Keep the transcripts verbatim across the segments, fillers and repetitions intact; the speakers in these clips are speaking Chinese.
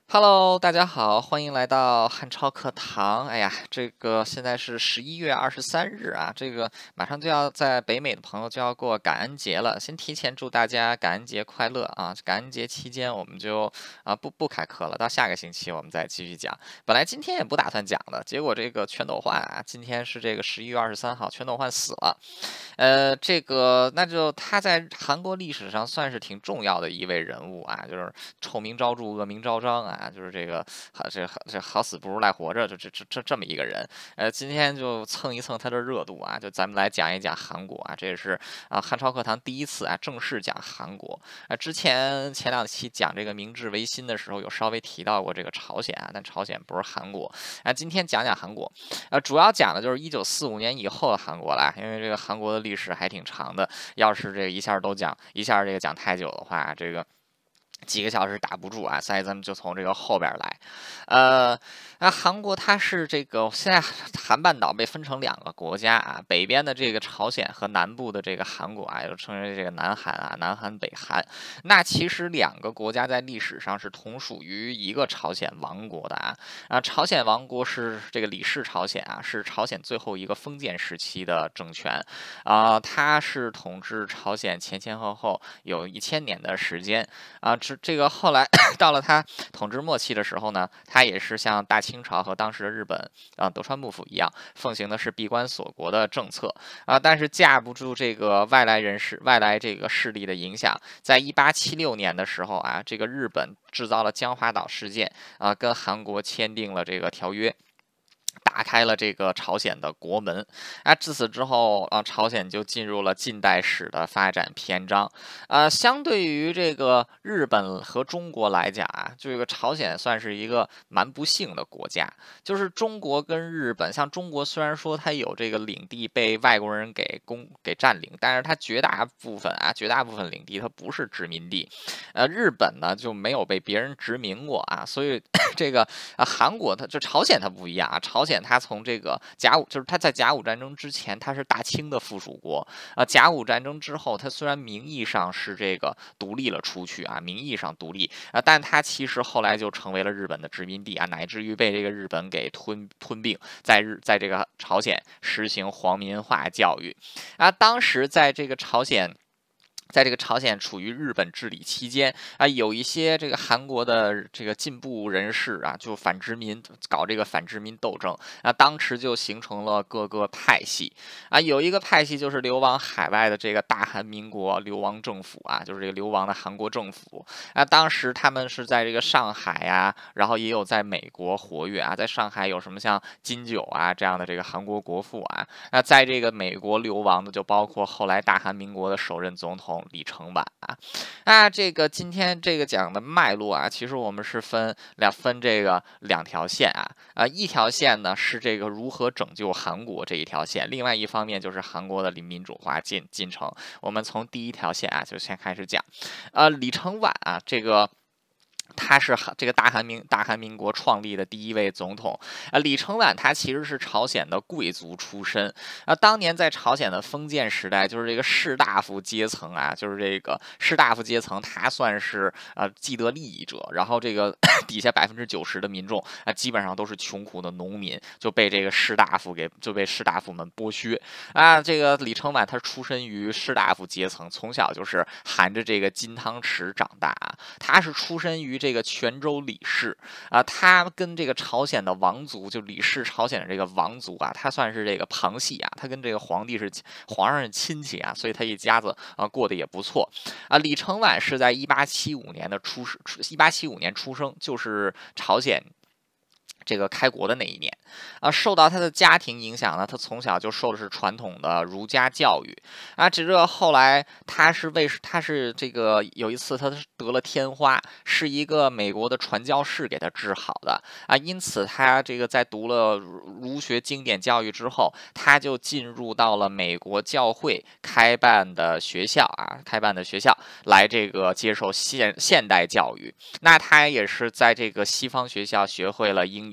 Hello，大家好，欢迎来到汉超课堂。哎呀，这个现在是十一月二十三日啊，这个马上就要在北美的朋友就要过感恩节了，先提前祝大家感恩节快乐啊！感恩节期间我们就啊不不开课了，到下个星期我们再继续讲。本来今天也不打算讲的，结果这个全斗焕啊，今天是这个十一月二十三号，全斗焕死了。呃，这个那就他在韩国历史上算是挺重要的一位人物啊，就是臭名昭著、恶名昭彰啊，就是这个好这这好死不如赖活着，就这这这这么一个人。呃，今天就蹭一蹭他的热度啊，就咱们来讲一讲韩国啊，这也是啊汉朝课堂第一次啊正式讲韩国啊。之前前两期讲这个明治维新的时候，有稍微提到过这个朝鲜啊，但朝鲜不是韩国啊。今天讲讲韩国，呃，主要讲的就是一九四五年以后的韩国啦，因为这个韩国的历史还挺长的，要是这个一下都讲一下这个讲太久的话，这个。几个小时打不住啊，所以咱们就从这个后边来，呃，那韩国它是这个现在韩半岛被分成两个国家啊，北边的这个朝鲜和南部的这个韩国啊，又称为这个南韩啊，南韩北韩。那其实两个国家在历史上是同属于一个朝鲜王国的啊，啊，朝鲜王国是这个李氏朝鲜啊，是朝鲜最后一个封建时期的政权，啊，它是统治朝鲜前前后后有一千年的时间。啊，这这个后来到了他统治末期的时候呢，他也是像大清朝和当时的日本啊德川幕府一样，奉行的是闭关锁国的政策啊，但是架不住这个外来人士、外来这个势力的影响，在一八七六年的时候啊，这个日本制造了江华岛事件啊，跟韩国签订了这个条约。打开了这个朝鲜的国门啊，自此之后啊，朝鲜就进入了近代史的发展篇章。呃，相对于这个日本和中国来讲啊，这个朝鲜算是一个蛮不幸的国家。就是中国跟日本，像中国虽然说它有这个领地被外国人给攻给占领，但是它绝大部分啊，绝大部分领地它不是殖民地。呃，日本呢就没有被别人殖民过啊，所以这个啊，韩国它就朝鲜它不一样啊，朝鲜它从这个甲午，就是它在甲午战争之前它是大清的附属国啊，甲午战争之后，它虽然名义上是这个独立了出去啊，名义上独立啊，但它其实后来就成为了日本的殖民地啊，乃至于被这个日本给吞吞并，在日在这个朝鲜实行皇民化教育啊，当时在这个朝鲜。在这个朝鲜处于日本治理期间啊，有一些这个韩国的这个进步人士啊，就反殖民，搞这个反殖民斗争啊，当时就形成了各个派系啊，有一个派系就是流亡海外的这个大韩民国流亡政府啊，就是这个流亡的韩国政府啊，当时他们是在这个上海呀、啊，然后也有在美国活跃啊，在上海有什么像金九啊这样的这个韩国国父啊，那在这个美国流亡的就包括后来大韩民国的首任总统李承晚啊。那这个今天这个讲的脉络啊，其实我们是分两分这个两条线啊，啊一条线呢是这个如何拯救韩国这一条线，另外一方面就是韩国的民主化进进程。我们从第一条线啊就先开始讲，呃，李承晚啊这个。他是韩这个大韩民大韩民国创立的第一位总统啊，李承晚他其实是朝鲜的贵族出身啊，当年在朝鲜的封建时代，就是这个士大夫阶层啊，就是这个士大夫阶层，他算是呃既得利益者，然后这个底下百分之九十的民众啊，基本上都是穷苦的农民，就被这个士大夫给就被士大夫们剥削啊。这个李承晚他出身于士大夫阶层，从小就是含着这个金汤匙长大啊，他是出身于这个泉州李氏啊，他跟这个朝鲜的王族，就李氏朝鲜的这个王族啊，他算是这个旁系啊，他跟这个皇帝是皇上是亲戚啊，所以他一家子啊过得也不错啊。李承晚是在一八七五年的出生，一八七五年出生，就是朝鲜。这个开国的那一年，啊，受到他的家庭影响呢，他从小就受的是传统的儒家教育，啊，只是后来他是为他是这个有一次他得了天花，是一个美国的传教士给他治好的啊，因此他这个在读了儒学经典教育之后，他就进入到了美国教会开办的学校啊，开办的学校来这个接受现现代教育，那他也是在这个西方学校学会了英语。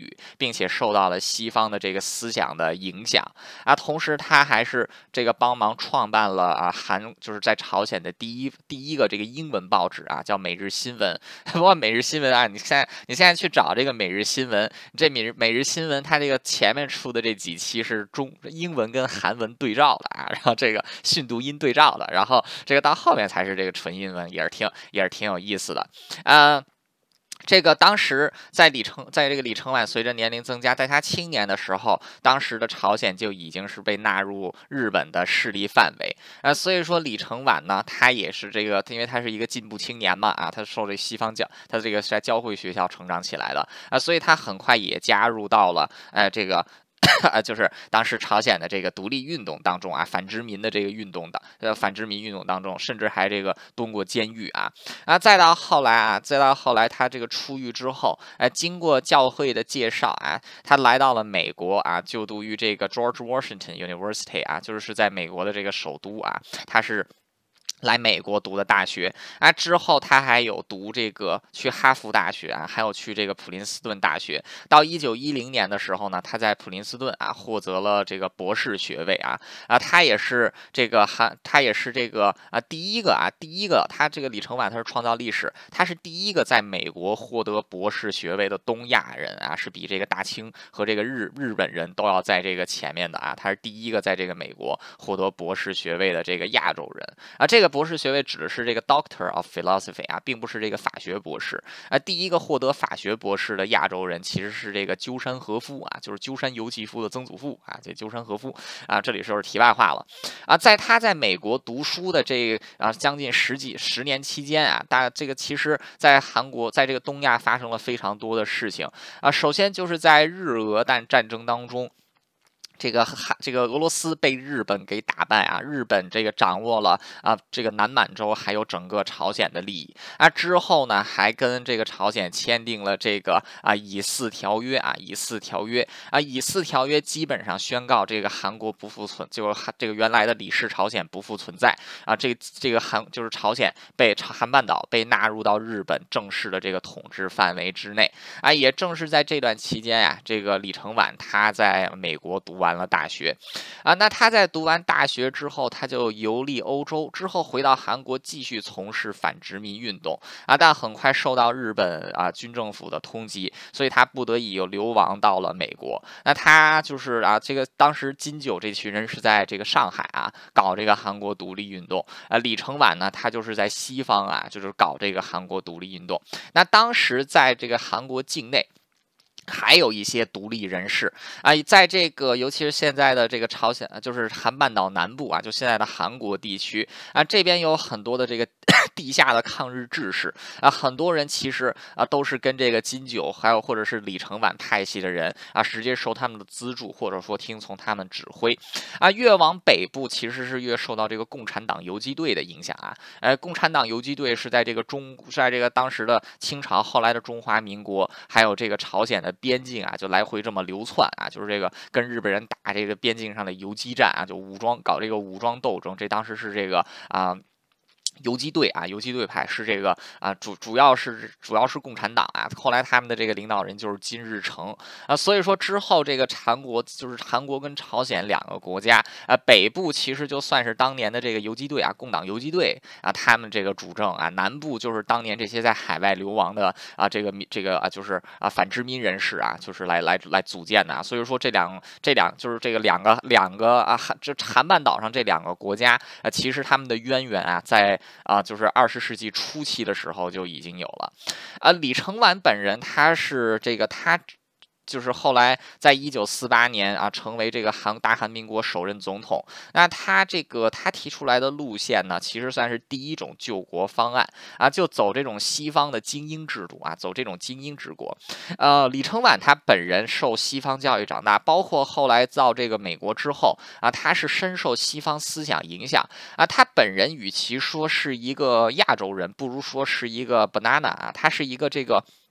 语，并且受到了西方的这个思想的影响啊。同时，他还是这个帮忙创办了啊韩就是在朝鲜的第一第一个这个英文报纸啊，叫《每日新闻》。不过《每日新闻》啊，你现在你现在去找这个《每日新闻》，这每日每日新闻它这个前面出的这几期是中英文跟韩文对照的啊，然后这个训读音对照的，然后这个到后面才是这个纯英文，也是挺也是挺有意思的，呃。这个当时在李承，在这个李承晚随着年龄增加，在他青年的时候，当时的朝鲜就已经是被纳入日本的势力范围。呃，所以说李承晚呢，他也是这个，因为他是一个进步青年嘛，啊，他受这西方教，他这个是在教会学校成长起来的啊，所以他很快也加入到了，呃，这个。啊，就是当时朝鲜的这个独立运动当中啊，反殖民的这个运动的，呃，反殖民运动当中，甚至还这个蹲过监狱啊，啊，再到后来啊，再到后来他这个出狱之后，哎、呃，经过教会的介绍啊，他来到了美国啊，就读于这个 George Washington University 啊，就是在美国的这个首都啊，他是。来美国读的大学啊，之后他还有读这个去哈佛大学啊，还有去这个普林斯顿大学。到一九一零年的时候呢，他在普林斯顿啊获得了这个博士学位啊啊，他也是这个韩，他也是这个啊第一个啊第一个，他这个李承晚他是创造历史，他是第一个在美国获得博士学位的东亚人啊，是比这个大清和这个日日本人都要在这个前面的啊，他是第一个在这个美国获得博士学位的这个亚洲人啊，这个。博士学位指的是这个 Doctor of Philosophy 啊，并不是这个法学博士啊。第一个获得法学博士的亚洲人其实是这个鸠山和夫啊，就是鸠山由纪夫的曾祖父啊，这鸠山和夫啊。这里就是题外话了啊。在他在美国读书的这啊将近十几十年期间啊，大这个其实在韩国在这个东亚发生了非常多的事情啊。首先就是在日俄战战争当中。这个韩这个俄罗斯被日本给打败啊，日本这个掌握了啊这个南满洲还有整个朝鲜的利益啊，之后呢还跟这个朝鲜签订了这个啊以四条约啊以四条约啊以四条约基本上宣告这个韩国不复存，就是韩这个原来的李氏朝鲜不复存在啊，这个这个韩就是朝鲜被韩半岛被纳入到日本正式的这个统治范围之内啊，也正是在这段期间呀、啊，这个李承晚他在美国读完了大学，啊，那他在读完大学之后，他就游历欧洲，之后回到韩国继续从事反殖民运动啊，但很快受到日本啊军政府的通缉，所以他不得已又流亡到了美国。那他就是啊，这个当时金九这群人是在这个上海啊搞这个韩国独立运动，啊，李承晚呢，他就是在西方啊，就是搞这个韩国独立运动。那当时在这个韩国境内。还有一些独立人士啊，在这个尤其是现在的这个朝鲜，就是韩半岛南部啊，就现在的韩国地区啊，这边有很多的这个地下的抗日志士啊，很多人其实啊都是跟这个金九还有或者是李承晚派系的人啊，直接受他们的资助，或者说听从他们指挥啊。越往北部其实是越受到这个共产党游击队的影响啊。呃，共产党游击队是在这个中，在这个当时的清朝，后来的中华民国，还有这个朝鲜的边境啊，就来回这么流窜啊，就是这个跟日本人打这个边境上的游击战啊，就武装搞这个武装斗争，这当时是这个啊。呃游击队啊，游击队派是这个啊，主主要是主要是共产党啊。后来他们的这个领导人就是金日成啊，所以说之后这个韩国就是韩国跟朝鲜两个国家啊，北部其实就算是当年的这个游击队啊，共党游击队啊，他们这个主政啊，南部就是当年这些在海外流亡的啊，这个这个啊，就是啊反殖民人士啊，就是来来来组建的啊。所以说这两这两就是这个两个两个啊，韩这韩半岛上这两个国家啊，其实他们的渊源啊，在啊，就是二十世纪初期的时候就已经有了，啊，李承晚本人他是这个他。就是后来在一九四八年啊，成为这个韩大韩民国首任总统。那他这个他提出来的路线呢，其实算是第一种救国方案啊，就走这种西方的精英制度啊，走这种精英治国。呃，李承晚他本人受西方教育长大，包括后来到这个美国之后啊，他是深受西方思想影响啊。他本人与其说是一个亚洲人，不如说是一个 banana 啊，他是一个这个。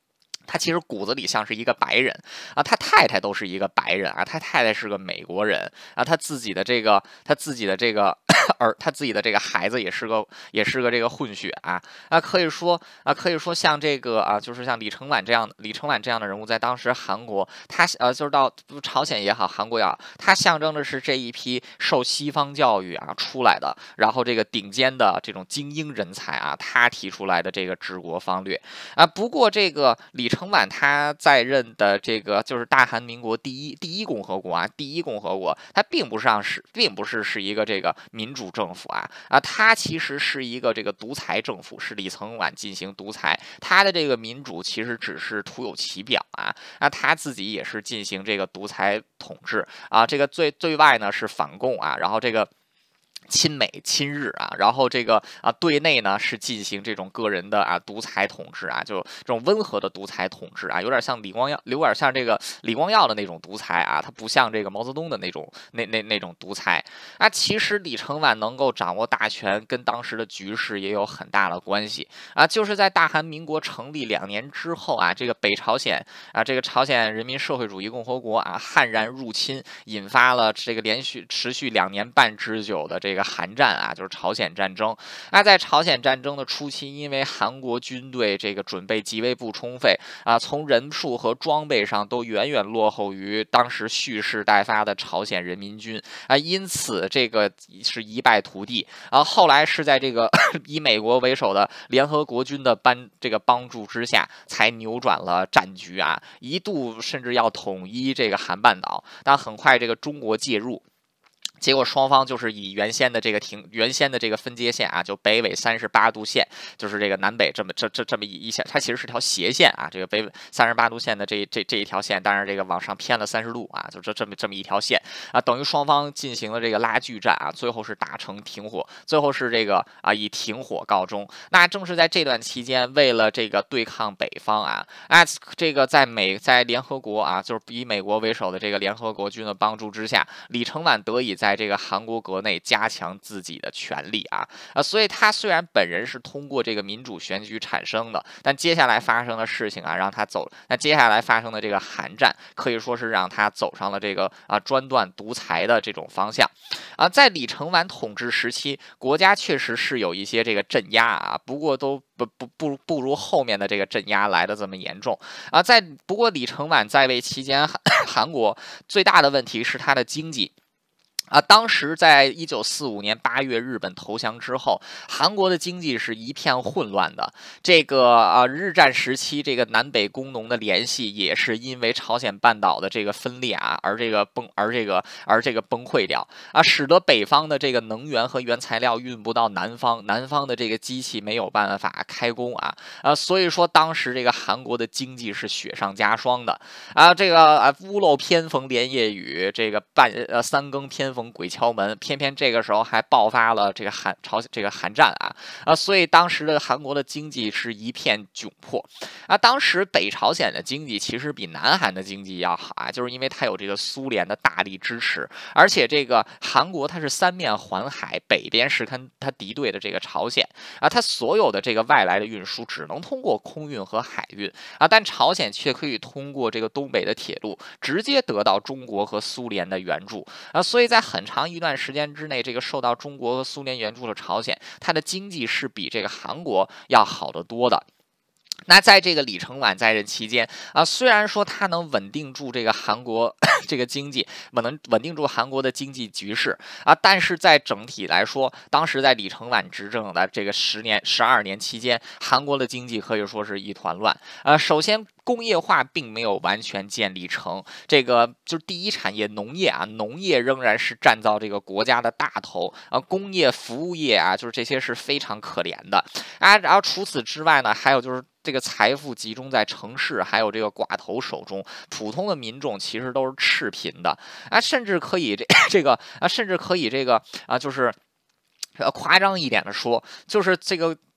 他其实骨子里像是一个白人啊，他太太都是一个白人啊，他太太是个美国人啊，他自己的这个他自己的这个儿，他自己的这个孩子也是个也是个这个混血啊啊，可以说啊，可以说像这个啊，就是像李承晚这样李承晚这样的人物，在当时韩国，他呃就是到朝鲜也好，韩国也好，他象征的是这一批受西方教育啊出来的，然后这个顶尖的这种精英人才啊，他提出来的这个治国方略。啊，不过这个李承晚他在任的这个就是大韩民国第一第一共和国啊，第一共和国，它并不上是，并不是是一个这个民主政府啊啊，它其实是一个这个独裁政府，是李承晚进行独裁，他的这个民主其实只是徒有其表啊啊，他自己也是进行这个独裁统治啊，这个最对外呢是反共啊，然后这个。亲美亲日啊，然后这个啊对内呢是进行这种个人的啊独裁统治啊，就这种温和的独裁统治啊，有点像李光耀，有点像这个李光耀的那种独裁啊，它不像这个毛泽东的那种那那那种独裁啊。其实李承晚能够掌握大权，跟当时的局势也有很大的关系啊，就是在大韩民国成立两年之后啊，这个北朝鲜啊，这个朝鲜人民社会主义共和国啊悍然入侵，引发了这个连续持续两年半之久的这个韩战啊，就是朝鲜战争。那在朝鲜战争的初期，因为韩国军队这个准备极为不充分啊，从人数和装备上都远远落后于当时蓄势待发的朝鲜人民军啊，因此这个是一败涂地啊。后来是在这个以美国为首的联合国军的帮这个帮助之下，才扭转了战局啊，一度甚至要统一这个韩半岛，但很快这个中国介入。结果双方就是以原先的这个停原先的这个分界线啊，就北纬三十八度线，就是这个南北这么这这这么一一线，它其实是条斜线啊。这个北纬三十八度线的这这这一条线，当然这个往上偏了三十度啊，就这这么这么一条线啊，等于双方进行了这个拉锯战啊，最后是达成停火，最后是这个啊以停火告终。那正是在这段期间，为了这个对抗北方啊，啊这个在美在联合国啊，就是以美国为首的这个联合国军的帮助之下，李承晚得以在在这个韩国国内加强自己的权力啊啊，所以他虽然本人是通过这个民主选举产生的，但接下来发生的事情啊，让他走，那接下来发生的这个韩战，可以说是让他走上了这个啊专断独裁的这种方向啊。在李承晚统治时期，国家确实是有一些这个镇压啊，不过都不不不不如后面的这个镇压来的这么严重啊。在不过李承晚在位期间，韩韩国最大的问题是他的经济。啊，当时在一九四五年八月日本投降之后，韩国的经济是一片混乱的。这个啊，日战时期这个南北工农的联系也是因为朝鲜半岛的这个分裂啊，而这个崩而这个而这个崩溃掉啊，使得北方的这个能源和原材料运不到南方，南方的这个机器没有办法开工啊啊，所以说当时这个韩国的经济是雪上加霜的啊，这个啊屋漏偏逢连夜雨，这个半呃三更偏逢鬼敲门，偏偏这个时候还爆发了这个韩朝这个韩战啊啊，所以当时的韩国的经济是一片窘迫啊。当时北朝鲜的经济其实比南韩的经济要好啊，就是因为它有这个苏联的大力支持，而且这个韩国它是三面环海，北边是跟它敌对的这个朝鲜啊，它所有的这个外来的运输只能通过空运和海运啊，但朝鲜却可以通过这个东北的铁路直接得到中国和苏联的援助啊，所以在很长一段时间之内，这个受到中国和苏联援助的朝鲜，它的经济是比这个韩国要好得多的。那在这个李承晚在任期间啊，虽然说他能稳定住这个韩国这个经济，稳能稳定住韩国的经济局势啊，但是在整体来说，当时在李承晚执政的这个十年、十二年期间，韩国的经济可以说是一团乱啊。首先，工业化并没有完全建立成，这个就是第一产业农业啊，农业仍然是占到这个国家的大头啊，工业服务业啊，就是这些是非常可怜的啊。然后除此之外呢，还有就是。这个财富集中在城市，还有这个寡头手中，普通的民众其实都是赤贫的啊，甚至可以这这个啊，甚至可以这个啊，就是。呃，夸张一点的说，就是这个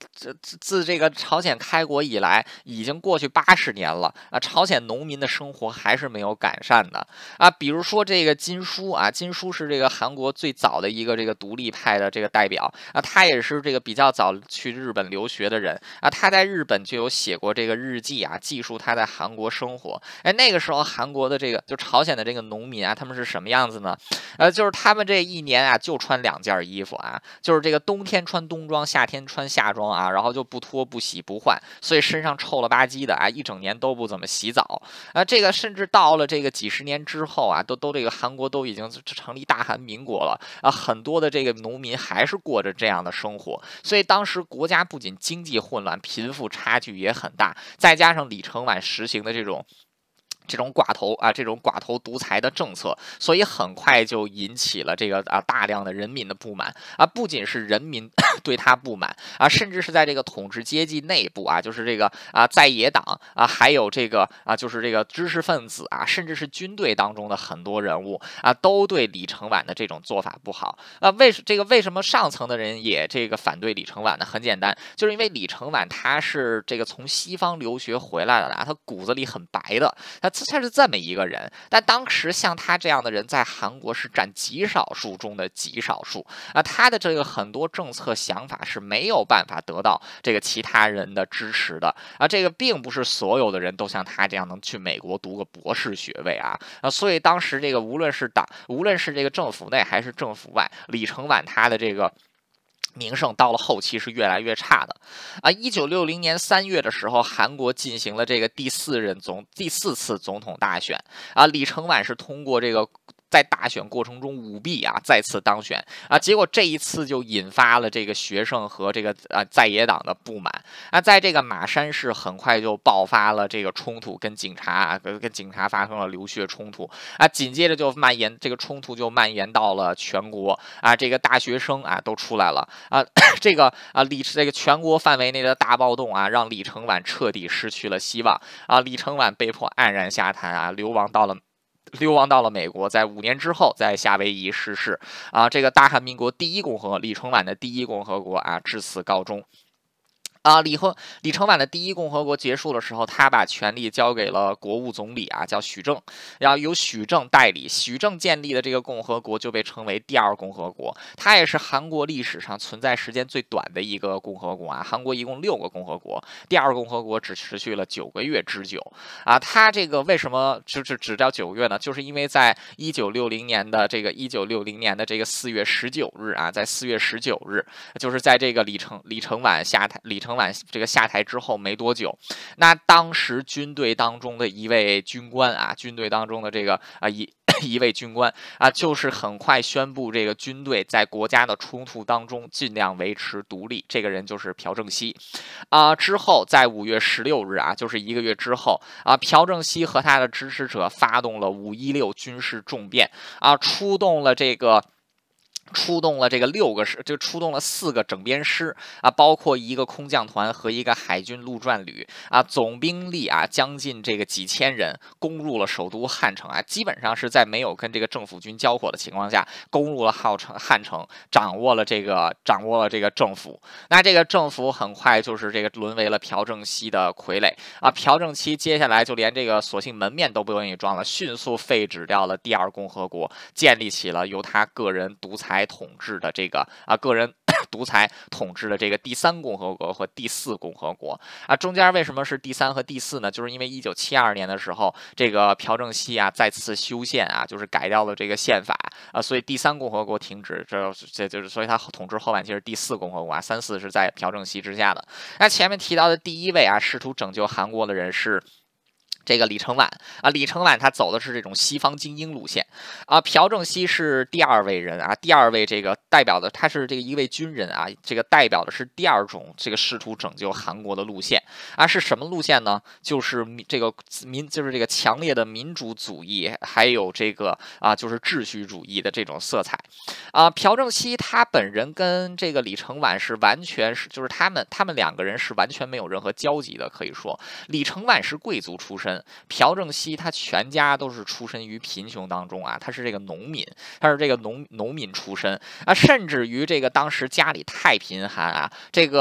这自自这个朝鲜开国以来，已经过去八十年了啊，朝鲜农民的生活还是没有改善的啊。比如说这个金书啊，金书是这个韩国最早的一个这个独立派的这个代表啊，他也是这个比较早去日本留学的人啊，他在日本就有写过这个日记啊，记述他在韩国生活。哎，那个时候韩国的这个就朝鲜的这个农民啊，他们是什么样子呢？呃，就是他们这一年啊就穿两件衣服啊，就是这个冬天穿冬装，夏天穿夏装啊，然后就不脱不洗不换，所以身上臭了吧唧的啊，一整年都不怎么洗澡啊。这个甚至到了这个几十年之后啊，都都这个韩国都已经成立大韩民国了啊，很多的这个农民还是过着这样的生活，所以当时国家不仅经济混乱，贫富差距也很大，再加上李承晚实行的这种。这种寡头啊，这种寡头独裁的政策，所以很快就引起了这个啊大量的人民的不满啊，不仅是人民对他不满啊，甚至是在这个统治阶级内部啊，就是这个啊在野党啊，还有这个啊就是这个知识分子啊，甚至是军队当中的很多人物啊，都对李承晚的这种做法不好啊。为这个为什么上层的人也这个反对李承晚呢？很简单，就是因为李承晚他是这个从西方留学回来的啊，他骨子里很白的，他。他是这么一个人，但当时像他这样的人在韩国是占极少数中的极少数啊。他的这个很多政策想法是没有办法得到这个其他人的支持的啊。这个并不是所有的人都像他这样能去美国读个博士学位啊啊。所以当时这个无论是党，无论是这个政府内还是政府外，李承晚他的这个。名声到了后期是越来越差的，啊，一九六零年三月的时候，韩国进行了这个第四任总第四次总统大选，啊，李承晚是通过这个。在大选过程中舞弊啊，再次当选啊，结果这一次就引发了这个学生和这个啊在野党的不满啊，在这个马山市很快就爆发了这个冲突，跟警察啊跟跟警察发生了流血冲突啊，紧接着就蔓延这个冲突就蔓延到了全国啊，这个大学生啊都出来了啊，这个啊李这个全国范围内的大暴动啊，让李承晚彻底失去了希望啊，李承晚被迫黯然下台啊，流亡到了。流亡到了美国，在五年之后，在夏威夷逝世啊。这个大韩民国第一共和，李承晚的第一共和国啊，至此告终。啊，李和李承晚的第一共和国结束的时候，他把权力交给了国务总理啊，叫许正，然后由许正代理。许正建立的这个共和国就被称为第二共和国，它也是韩国历史上存在时间最短的一个共和国啊。韩国一共六个共和国，第二共和国只持续了九个月之久啊。它这个为什么就只只叫九个月呢？就是因为在一九六零年的这个一九六零年的这个四月十九日啊，在四月十九日，就是在这个李承李承晚下台，李承晚这个下台之后没多久，那当时军队当中的一位军官啊，军队当中的这个啊一一位军官啊，就是很快宣布这个军队在国家的冲突当中尽量维持独立。这个人就是朴正熙啊。之后在五月十六日啊，就是一个月之后啊，朴正熙和他的支持者发动了五一六军事政变啊，出动了这个。出动了这个六个师，就出动了四个整编师啊，包括一个空降团和一个海军陆战旅啊，总兵力啊将近这个几千人，攻入了首都汉城啊，基本上是在没有跟这个政府军交火的情况下，攻入了汉城，汉城掌握了这个掌握了这个政府。那这个政府很快就是这个沦为了朴正熙的傀儡啊，朴正熙接下来就连这个索性门面都不愿意装了，迅速废止掉了第二共和国，建立起了由他个人独裁。统治的这个啊，个人独裁统治的这个第三共和国和第四共和国啊，中间为什么是第三和第四呢？就是因为一九七二年的时候，这个朴正熙啊再次修宪啊，就是改掉了这个宪法啊，所以第三共和国停止，这这就是所以他统治后半期是第四共和国啊，三四是在朴正熙之下的。那前面提到的第一位啊，试图拯救韩国的人是。这个李承晚啊，李承晚他走的是这种西方精英路线啊，朴正熙是第二位人啊，第二位这个代表的他是这个一位军人啊，这个代表的是第二种这个试图拯救韩国的路线啊，是什么路线呢？就是这个民就是这个强烈的民主主义，还有这个啊就是秩序主义的这种色彩啊。朴正熙他本人跟这个李承晚是完全是就是他们他们两个人是完全没有任何交集的，可以说李承晚是贵族出身。朴正熙他全家都是出身于贫穷当中啊，他是这个农民，他是这个农农民出身啊，甚至于这个当时家里太贫寒啊，这个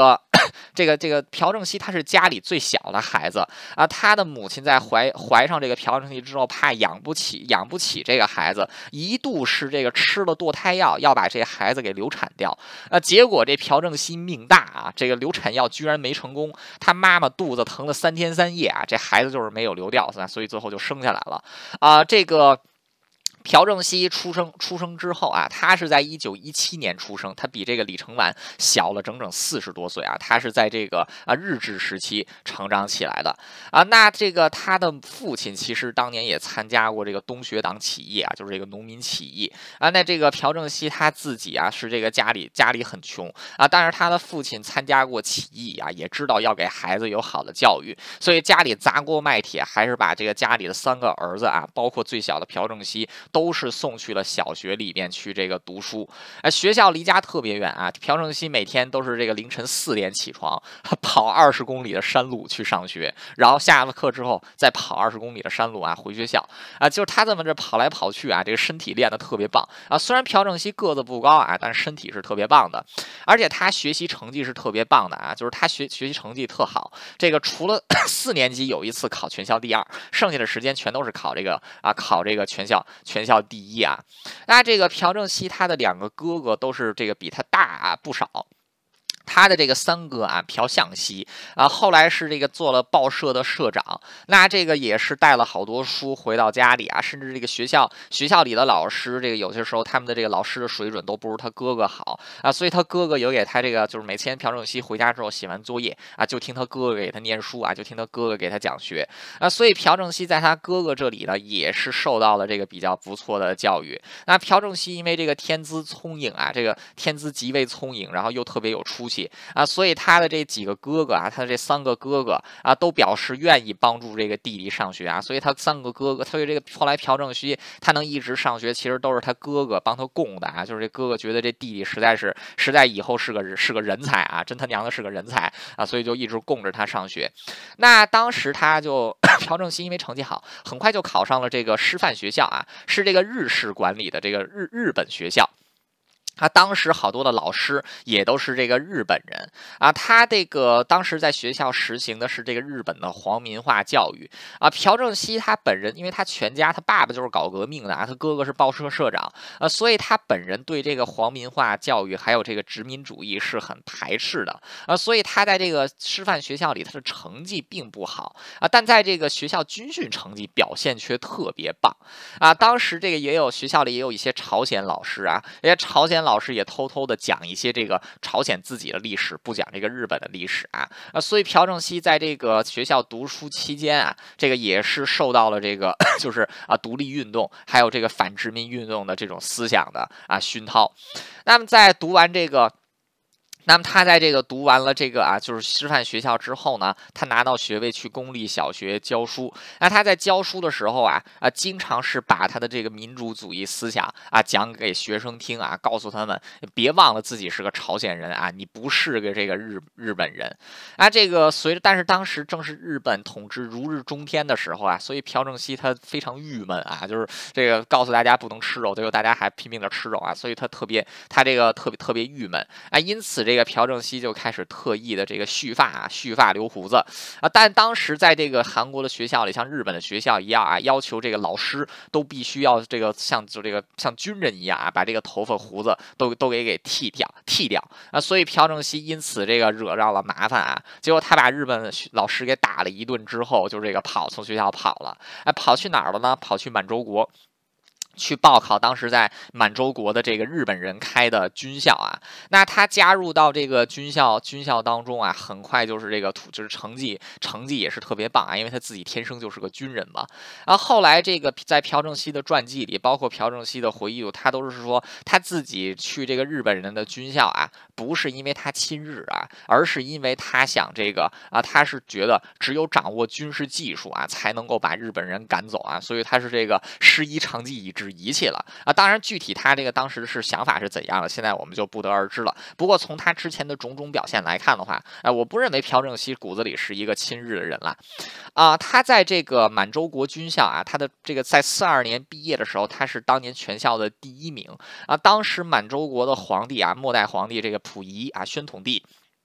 这个这个朴正熙他是家里最小的孩子啊，他的母亲在怀怀上这个朴正熙之后，怕养不起养不起这个孩子，一度是这个吃了堕胎药，要把这孩子给流产掉。啊，结果这朴正熙命大啊，这个流产药居然没成功，他妈妈肚子疼了三天三夜啊，这孩子就是没有流掉，所以最后就生下来了啊，这个。朴正熙出生出生之后啊，他是在一九一七年出生，他比这个李承晚小了整整四十多岁啊。他是在这个啊日治时期成长起来的啊。那这个他的父亲其实当年也参加过这个东学党起义啊，就是这个农民起义啊。那这个朴正熙他自己啊是这个家里家里很穷啊，但是他的父亲参加过起义啊，也知道要给孩子有好的教育，所以家里砸锅卖铁，还是把这个家里的三个儿子啊，包括最小的朴正熙。都是送去了小学里面去这个读书，哎，学校离家特别远啊。朴正熙每天都是这个凌晨四点起床，跑二十公里的山路去上学，然后下了课之后再跑二十公里的山路啊回学校啊。就是他这么这跑来跑去啊，这个身体练得特别棒啊。虽然朴正熙个子不高啊，但是身体是特别棒的，而且他学习成绩是特别棒的啊，就是他学学习成绩特好。这个除了四年级有一次考全校第二，剩下的时间全都是考这个啊考这个全校全。校第一啊，那这个朴正熙他的两个哥哥都是这个比他大啊不少。他的这个三哥啊，朴相熙啊，后来是这个做了报社的社长，那这个也是带了好多书回到家里啊，甚至这个学校学校里的老师，这个有些时候他们的这个老师的水准都不如他哥哥好啊，所以他哥哥有给他这个，就是每天朴正熙回家之后写完作业啊，就听他哥哥给他念书啊，就听他哥哥给他讲学啊，所以朴正熙在他哥哥这里呢，也是受到了这个比较不错的教育。那朴正熙因为这个天资聪颖啊，这个天资极为聪颖，然后又特别有出息。啊，所以他的这几个哥哥啊，他的这三个哥哥啊，都表示愿意帮助这个弟弟上学啊，所以他三个哥哥，所以这个后来朴正熙他能一直上学，其实都是他哥哥帮他供的啊，就是这哥哥觉得这弟弟实在是实在以后是个是个人才啊，真他娘的是个人才啊，所以就一直供着他上学。那当时他就朴正熙因为成绩好，很快就考上了这个师范学校啊，是这个日式管理的这个日日本学校。他当时好多的老师也都是这个日本人啊，他这个当时在学校实行的是这个日本的皇民化教育啊。朴正熙他本人，因为他全家他爸爸就是搞革命的啊，他哥哥是报社社长啊，所以他本人对这个皇民化教育还有这个殖民主义是很排斥的啊，所以他在这个师范学校里他的成绩并不好啊，但在这个学校军训成绩表现却特别棒啊。当时这个也有学校里也有一些朝鲜老师啊，人家朝鲜老师也偷偷的讲一些这个朝鲜自己的历史，不讲这个日本的历史啊啊，所以朴正熙在这个学校读书期间啊，这个也是受到了这个就是啊独立运动还有这个反殖民运动的这种思想的啊熏陶。那么在读完这个。那么他在这个读完了这个啊，就是师范学校之后呢，他拿到学位去公立小学教书。那他在教书的时候啊啊，经常是把他的这个民主主义思想啊讲给学生听啊，告诉他们别忘了自己是个朝鲜人啊，你不是个这个日日本人啊。这个随着，但是当时正是日本统治如日中天的时候啊，所以朴正熙他非常郁闷啊，就是这个告诉大家不能吃肉，结果大家还拼命的吃肉啊，所以他特别他这个特别特别郁闷啊，因此这。这个朴正熙就开始特意的这个蓄发啊，蓄发留胡子啊。但当时在这个韩国的学校里，像日本的学校一样啊，要求这个老师都必须要这个像就这个像军人一样啊，把这个头发胡子都都给给剃掉剃掉啊。所以朴正熙因此这个惹到了麻烦啊。结果他把日本老师给打了一顿之后，就这个跑从学校跑了，哎，跑去哪儿了呢？跑去满洲国。去报考当时在满洲国的这个日本人开的军校啊，那他加入到这个军校军校当中啊，很快就是这个就是成绩成绩也是特别棒啊，因为他自己天生就是个军人嘛。然后后来这个在朴正熙的传记里，包括朴正熙的回忆录，他都是说他自己去这个日本人的军校啊，不是因为他亲日啊，而是因为他想这个啊，他是觉得只有掌握军事技术啊，才能够把日本人赶走啊，所以他是这个师夷长技以制。遗弃了啊！当然，具体他这个当时是想法是怎样的，现在我们就不得而知了。不过从他之前的种种表现来看的话，哎，我不认为朴正熙骨子里是一个亲日的人了啊。他在这个满洲国军校啊，他的这个在四二年毕业的时候，他是当年全校的第一名啊。当时满洲国的皇帝啊，末代皇帝这个溥仪啊，宣统帝。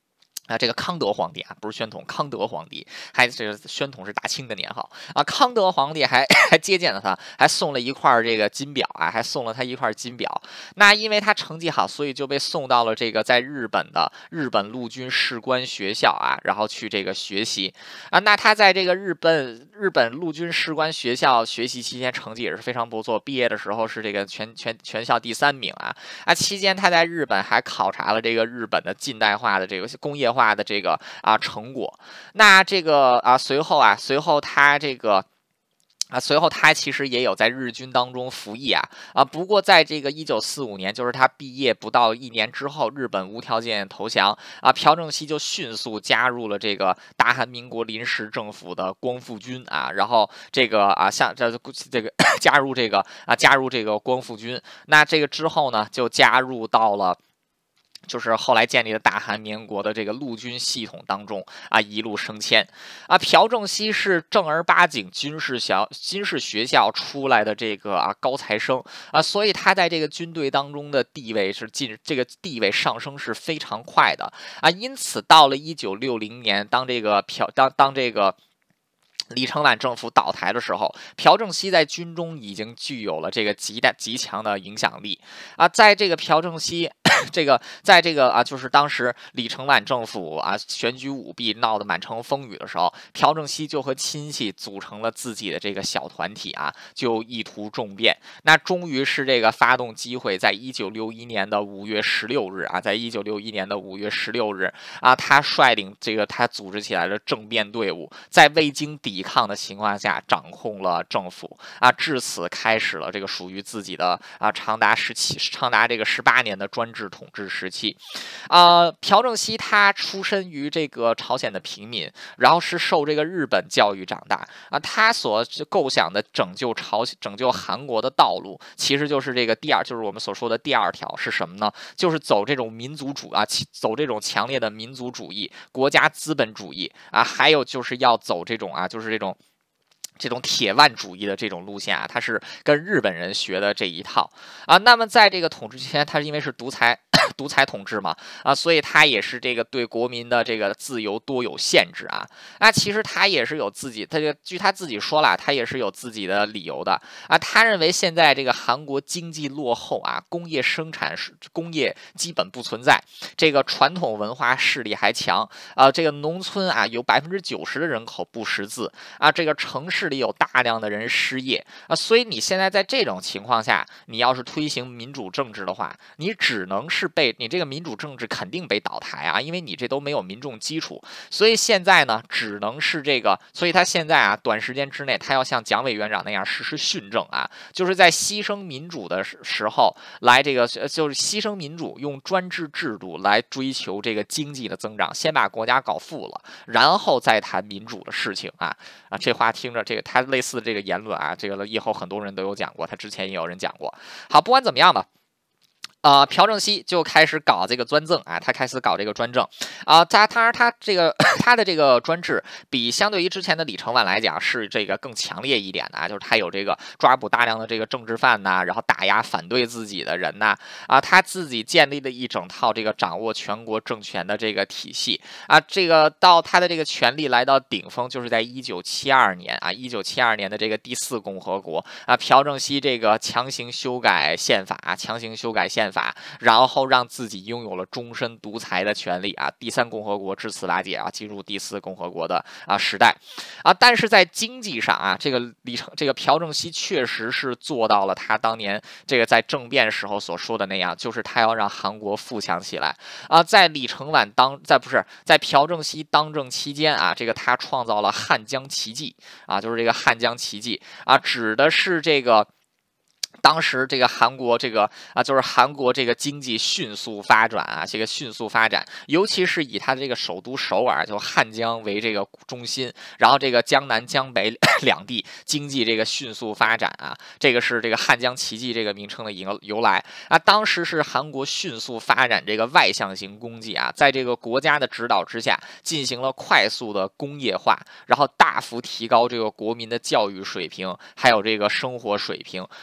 啊，这个康德皇帝啊，不是宣统，康德皇帝，还这个宣统是大清的年号啊。康德皇帝还还接见了他，还送了一块这个金表啊，还送了他一块金表。那因为他成绩好，所以就被送到了这个在日本的日本陆军士官学校啊，然后去这个学习啊。那他在这个日本日本陆军士官学校学习期间，成绩也是非常不错，毕业的时候是这个全全全校第三名啊啊。期间他在日本还考察了这个日本的近代化的这个工业化的这个啊成果。那这个啊随后啊随后他这个。啊，随后他其实也有在日军当中服役啊啊，不过在这个一九四五年，就是他毕业不到一年之后，日本无条件投降啊，朴正熙就迅速加入了这个大韩民国临时政府的光复军啊，然后这个啊像这这个加入这个啊加入这个光复军，那这个之后呢，就加入到了。就是后来建立的大韩民国的这个陆军系统当中啊，一路升迁啊。朴正熙是正儿八经军事小军事学校出来的这个啊高材生啊，所以他在这个军队当中的地位是进这个地位上升是非常快的啊。因此到了一九六零年，当这个朴当当这个。李承晚政府倒台的时候，朴正熙在军中已经具有了这个极大极强的影响力啊。在这个朴正熙这个在这个啊，就是当时李承晚政府啊选举舞弊闹得满城风雨的时候，朴正熙就和亲戚组成了自己的这个小团体啊，就意图政变。那终于是这个发动机会，在一九六一年的五月十六日啊，在一九六一年的五月十六日啊，他率领这个他组织起来的政变队伍，在未经抵抗的情况下掌控了政府啊，至此开始了这个属于自己的啊长达十七长达这个十八年的专制统治时期。啊，朴正熙他出身于这个朝鲜的平民，然后是受这个日本教育长大啊，他所构想的拯救朝拯救韩国的道路，其实就是这个第二，就是我们所说的第二条是什么呢？就是走这种民族主啊，走这种强烈的民族主义、国家资本主义啊，还有就是要走这种啊，就是这种。这种铁腕主义的这种路线啊，他是跟日本人学的这一套啊。那么在这个统治期间，他是因为是独裁独裁统治嘛啊，所以他也是这个对国民的这个自由多有限制啊。那其实他也是有自己，他这据他自己说了，他也是有自己的理由的啊。他认为现在这个韩国经济落后啊，工业生产工业基本不存在，这个传统文化势力还强啊。这个农村啊，有百分之九十的人口不识字啊，这个城市里有大量的人失业啊，所以你现在在这种情况下，你要是推行民主政治的话，你只能是被你这个民主政治肯定被倒台啊，因为你这都没有民众基础，所以现在呢，只能是这个，所以他现在啊，短时间之内，他要像蒋委员长那样实施训政啊，就是在牺牲民主的时候来这个，就是牺牲民主，用专制制度来追求这个经济的增长，先把国家搞富了，然后再谈民主的事情啊啊，这话听着这个。他类似的这个言论啊，这个以后很多人都有讲过，他之前也有人讲过。好，不管怎么样吧。啊、呃，朴正熙就开始搞这个专政啊，他开始搞这个专政啊，他当然他这个他的这个专制比相对于之前的李承晚来讲是这个更强烈一点的啊，就是他有这个抓捕大量的这个政治犯呐、啊，然后打压反对自己的人呐、啊，啊，他自己建立了一整套这个掌握全国政权的这个体系啊，这个到他的这个权力来到顶峰，就是在一九七二年啊，一九七二年的这个第四共和国啊，朴正熙这个强行修改宪法，强行修改宪法。法，然后让自己拥有了终身独裁的权利啊！第三共和国至此瓦解啊，进入第四共和国的啊时代啊！但是在经济上啊，这个李承这个朴正熙确实是做到了他当年这个在政变时候所说的那样，就是他要让韩国富强起来啊！在李承晚当在不是在朴正熙当政期间啊，这个他创造了汉江奇迹啊，就是这个汉江奇迹啊，指的是这个。当时这个韩国这个啊，就是韩国这个经济迅速发展啊，这个迅速发展，尤其是以它这个首都首尔就汉江为这个中心，然后这个江南江北两地经济这个迅速发展啊，这个是这个汉江奇迹这个名称的由由来啊。当时是韩国迅速发展这个外向型经济啊，在这个国家的指导之下，进行了快速的工业化，然后大幅提高这个国民的教育水平，还有这个生活水平啊，推。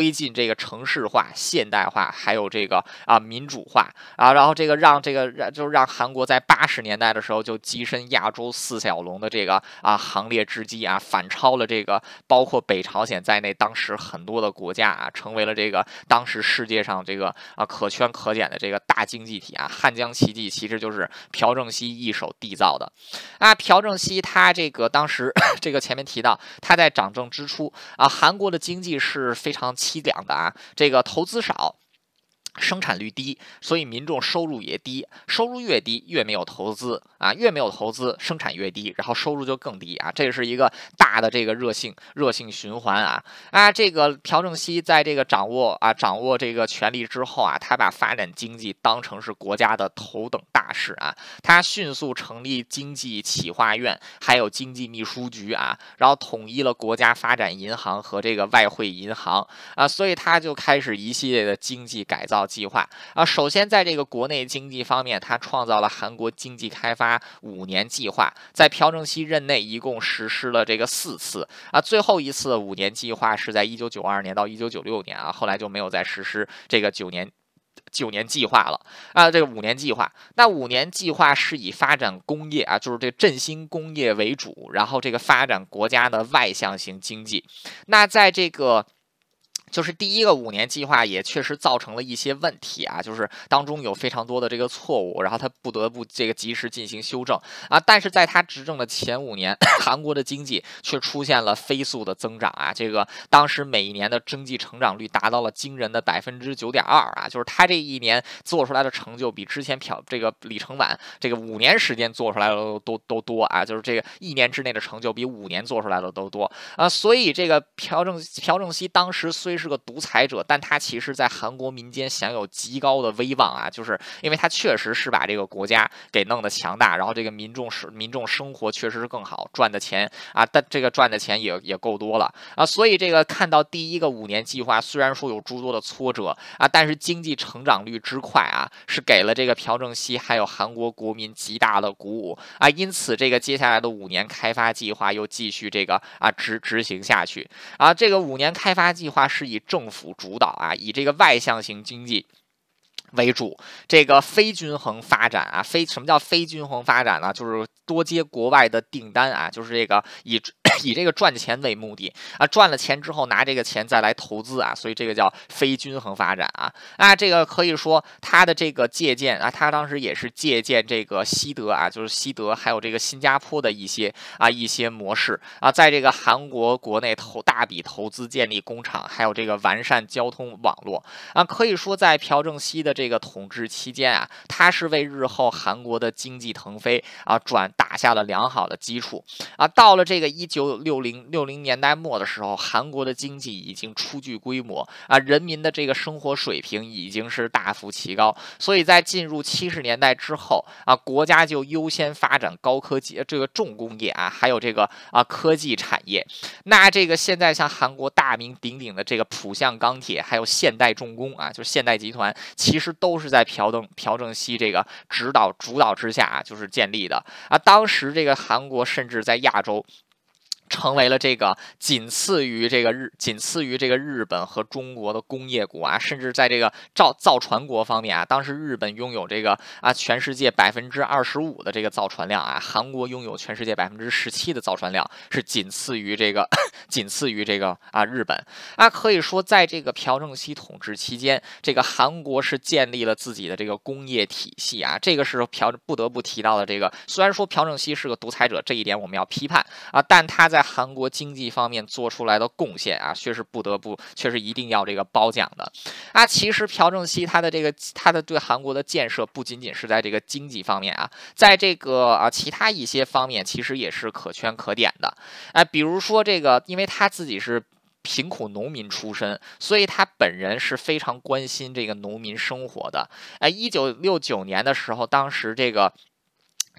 推进这个城市化、现代化，还有这个啊民主化啊，然后这个让这个让就是让韩国在八十年代的时候就跻身亚洲四小龙的这个啊行列之机啊，反超了这个包括北朝鲜在内当时很多的国家啊，成为了这个当时世界上这个啊可圈可点的这个大经济体啊。汉江奇迹其实就是朴正熙一手缔造的啊。朴正熙他这个当时这个前面提到他在掌政之初啊，韩国的经济是非常凄凉的啊，这个投资少。生产率低，所以民众收入也低，收入越低越没有投资啊，越没有投资，生产越低，然后收入就更低啊，这是一个大的这个热性热性循环啊啊！这个朴正熙在这个掌握啊掌握这个权力之后啊，他把发展经济当成是国家的头等大事啊，他迅速成立经济企划院，还有经济秘书局啊，然后统一了国家发展银行和这个外汇银行啊，所以他就开始一系列的经济改造计划啊。首先，在这个国内经济方面，他创造了韩国经济开发五年计划，在朴正熙任内一共实施了这个四次啊。最后一次五年计划是在一九九二年到一九九六年啊，后来就没有再实施这个九年。九年计划了啊，这个五年计划，那五年计划是以发展工业啊，就是这振兴工业为主，然后这个发展国家的外向型经济。那在这个。就是第一个五年计划也确实造成了一些问题啊，就是当中有非常多的这个错误，然后他不得不这个及时进行修正啊。但是在他执政的前五年，韩国的经济却出现了飞速的增长啊，这个当时每一年的经济成长率达到了惊人的百分之九点二啊，就是他这一年做出来的成就比之前朴这个李承晚这个五年时间做出来的都都多啊，就是这个一年之内的成就比五年做出来的都多啊。所以这个朴正朴正熙当时虽是个独裁者，但他其实在韩国民间享有极高的威望啊，就是因为他确实是把这个国家给弄得强大，然后这个民众是民众生活确实是更好，赚的钱啊，但这个赚的钱也也够多了啊，所以这个看到第一个五年计划虽然说有诸多的挫折啊，但是经济成长率之快啊，是给了这个朴正熙还有韩国国民极大的鼓舞啊，因此这个接下来的五年开发计划又继续这个啊执执行下去啊，这个五年开发计划是以政府主导啊，以这个外向型经济为主，这个非均衡发展啊，非什么叫非均衡发展呢？就是多接国外的订单啊，就是这个以以这个赚钱为目的啊，赚了钱之后拿这个钱再来投资啊，所以这个叫非均衡发展啊啊，这个可以说他的这个借鉴啊，他当时也是借鉴这个西德啊，就是西德还有这个新加坡的一些啊一些模式啊，在这个韩国国内投大笔投资建立工厂，还有这个完善交通网络啊，可以说在朴正熙的这个统治期间啊，他是为日后韩国的经济腾飞啊转打下了良好的基础啊。到了这个一九六零六零年代末的时候，韩国的经济已经初具规模啊，人民的这个生活水平已经是大幅提高，所以在进入七十年代之后啊，国家就优先发展高科技这个重工业啊，还有这个啊科技产业。那这个现在像韩国大名鼎鼎的这个浦项钢铁，还有现代重工啊，就是现代集团，其实都是在朴正朴正熙这个指导主导之下啊，就是建立的啊。当时这个韩国甚至在亚洲成为了这个仅次于这个日仅次于这个日本和中国的工业国啊，甚至在这个造造船国方面啊，当时日本拥有这个啊全世界百分之二十五的这个造船量啊，韩国拥有全世界百分之十七的造船量，是仅次于这个仅次于这个啊日本啊。可以说，在这个朴正熙统治期间，这个韩国是建立了自己的这个工业体系啊，这个是朴不得不提到的。这个虽然说朴正熙是个独裁者，这一点我们要批判啊，但他在韩国经济方面做出来的贡献啊，却是不得不，却是一定要这个褒奖的啊。其实朴正熙他的这个他的对韩国的建设不仅仅是在这个经济方面啊，在这个啊其他一些方面其实也是可圈可点的啊。比如说这个，因为他自己是贫苦农民出身，所以他本人是非常关心这个农民生活的。哎，一九六九年的时候，当时这个。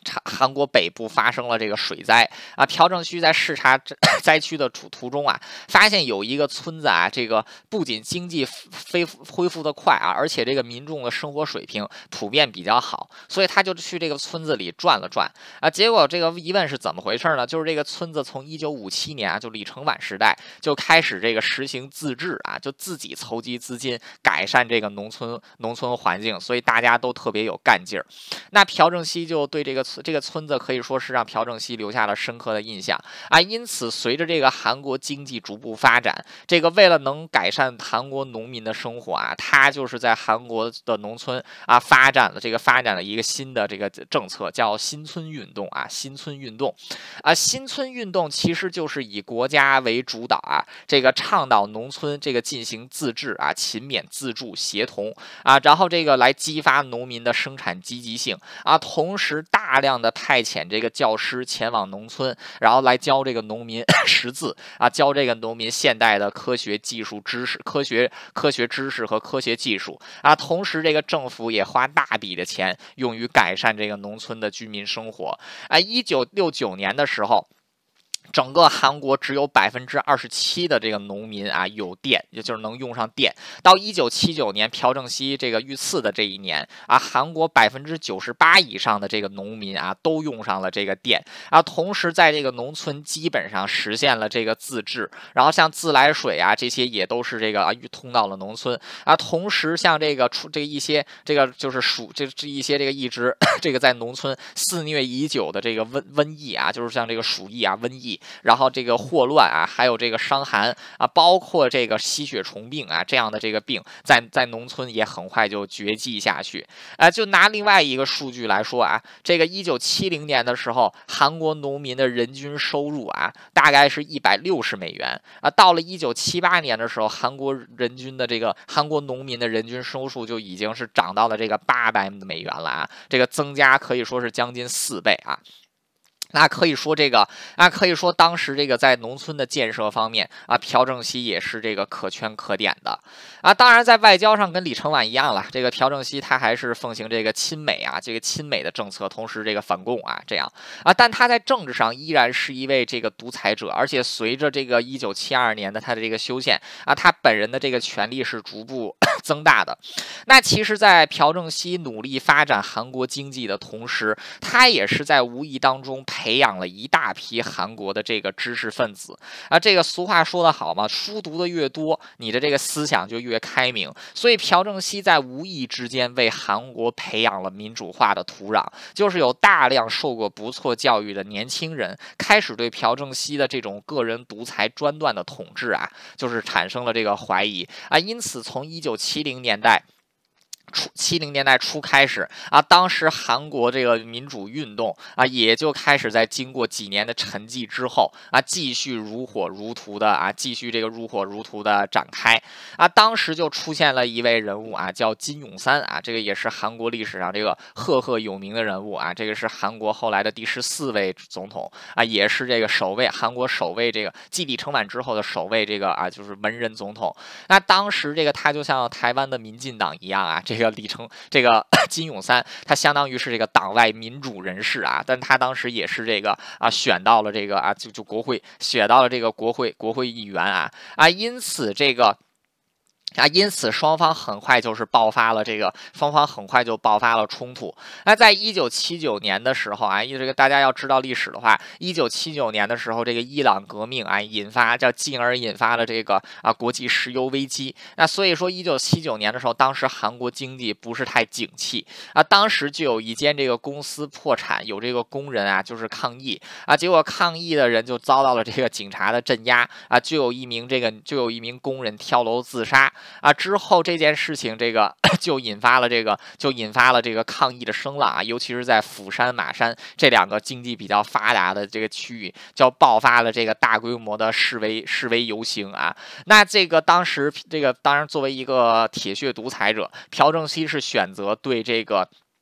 韩国北部发生了这个水灾啊，朴正熙在视察灾区的途途中啊，发现有一个村子啊，这个不仅经济恢恢复的快啊，而且这个民众的生活水平普遍比较好，所以他就去这个村子里转了转啊。结果这个一问是怎么回事呢？就是这个村子从一九五七年啊，就李承晚时代就开始这个实行自治啊，就自己筹集资金改善这个农村农村环境，所以大家都特别有干劲儿。那朴正熙就对这个这个村子可以说是让朴正熙留下了深刻的印象啊。因此，随着这个韩国经济逐步发展，这个为了能改善韩国农民的生活啊，他就是在韩国的农村啊发展了这个发展了一个新的这个政策，叫新村运动啊。新村运动啊，新村运动其实就是以国家为主导啊，这个倡导农村这个进行自治啊、勤勉、自助、协同啊，然后这个来激发农民的生产积极性。啊，同时大量的派遣这个教师前往农村，然后来教这个农民识字啊，教这个农民现代的科学技术知识、科学科学知识和科学技术啊。同时，这个政府也花大笔的钱用于改善这个农村的居民生活啊。一九六九年的时候，整个韩国只有百分之二十七的这个农民啊有电，也就是能用上电。到一九七九年朴正熙这个遇刺的这一年啊，韩国百分之九十八以上的这个农民啊都用上了这个电啊。同时，在这个农村基本上实现了这个自治，然后像自来水啊这些也都是这个啊通到了农村啊。同时，像这个出这一些这个就是鼠这这一些这个一直这个在农村肆虐已久的这个瘟瘟疫啊，就是像这个鼠疫啊、瘟疫。然后这个霍乱啊，还有这个伤寒啊，包括这个吸血虫病啊，这样的这个病，在在农村也很快就绝迹下去。啊、呃，就拿另外一个数据来说啊，这个一九七零年的时候，韩国农民的人均收入啊，大概是一百六十美元啊。到了一九七八年的时候，韩国人均的这个韩国农民的人均收入就已经是涨到了这个八百美元了啊，这个增加可以说是将近四倍啊。那可以说这个啊，可以说当时这个在农村的建设方面啊，朴正熙也是这个可圈可点的啊。当然，在外交上跟李承晚一样了，这个朴正熙他还是奉行这个亲美啊，这个亲美的政策，同时这个反共啊，这样啊。但他在政治上依然是一位这个独裁者，而且随着这个一九七二年的他的这个修宪啊，他本人的这个权力是逐步增大的。那其实，在朴正熙努力发展韩国经济的同时，他也是在无意当中培养了一大批韩国的这个知识分子啊。这个俗话说得好嘛，书读的越多，你的这个思想就越开明。所以朴正熙在无意之间为韩国培养了民主化的土壤，就是有大量受过不错教育的年轻人开始对朴正熙的这种个人独裁专断的统治啊，就是产生了这个怀疑啊。因此，从一九七零年代。初七零年代初开始啊，当时韩国这个民主运动啊，也就开始在经过几年的沉寂之后啊，继续如火如荼的啊，继续这个如火如荼的展开啊。当时就出现了一位人物啊，叫金泳三啊，这个也是韩国历史上这个赫赫有名的人物啊，这个是韩国后来的第十四位总统啊，也是这个首位韩国首位这个继李承晚之后的首位这个啊，就是文人总统。那当时这个他就像台湾的民进党一样啊，这个。这个李承这个金泳三，他相当于是这个党外民主人士啊，但他当时也是这个啊选到了这个啊就就国会选到了这个国会国会议员啊啊，因此这个。啊，因此双方很快就是爆发了这个，双方很快就爆发了冲突。那在一九七九年的时候啊，这个大家要知道历史的话，一九七九年的时候，这个伊朗革命啊引发，叫进而引发了这个啊国际石油危机。那所以说，一九七九年的时候，当时韩国经济不是太景气啊，当时就有一间这个公司破产，有这个工人啊就是抗议啊，结果抗议的人就遭到了这个警察的镇压啊，就有一名这个就有一名工人跳楼自杀。啊，之后这件事情，这个就引发了这个，就引发了这个抗议的声浪啊，尤其是在釜山、马山这两个经济比较发达的这个区域，就爆发了这个大规模的示威示威游行啊。那这个当时，这个当然作为一个铁血独裁者，朴正熙是选择对这个。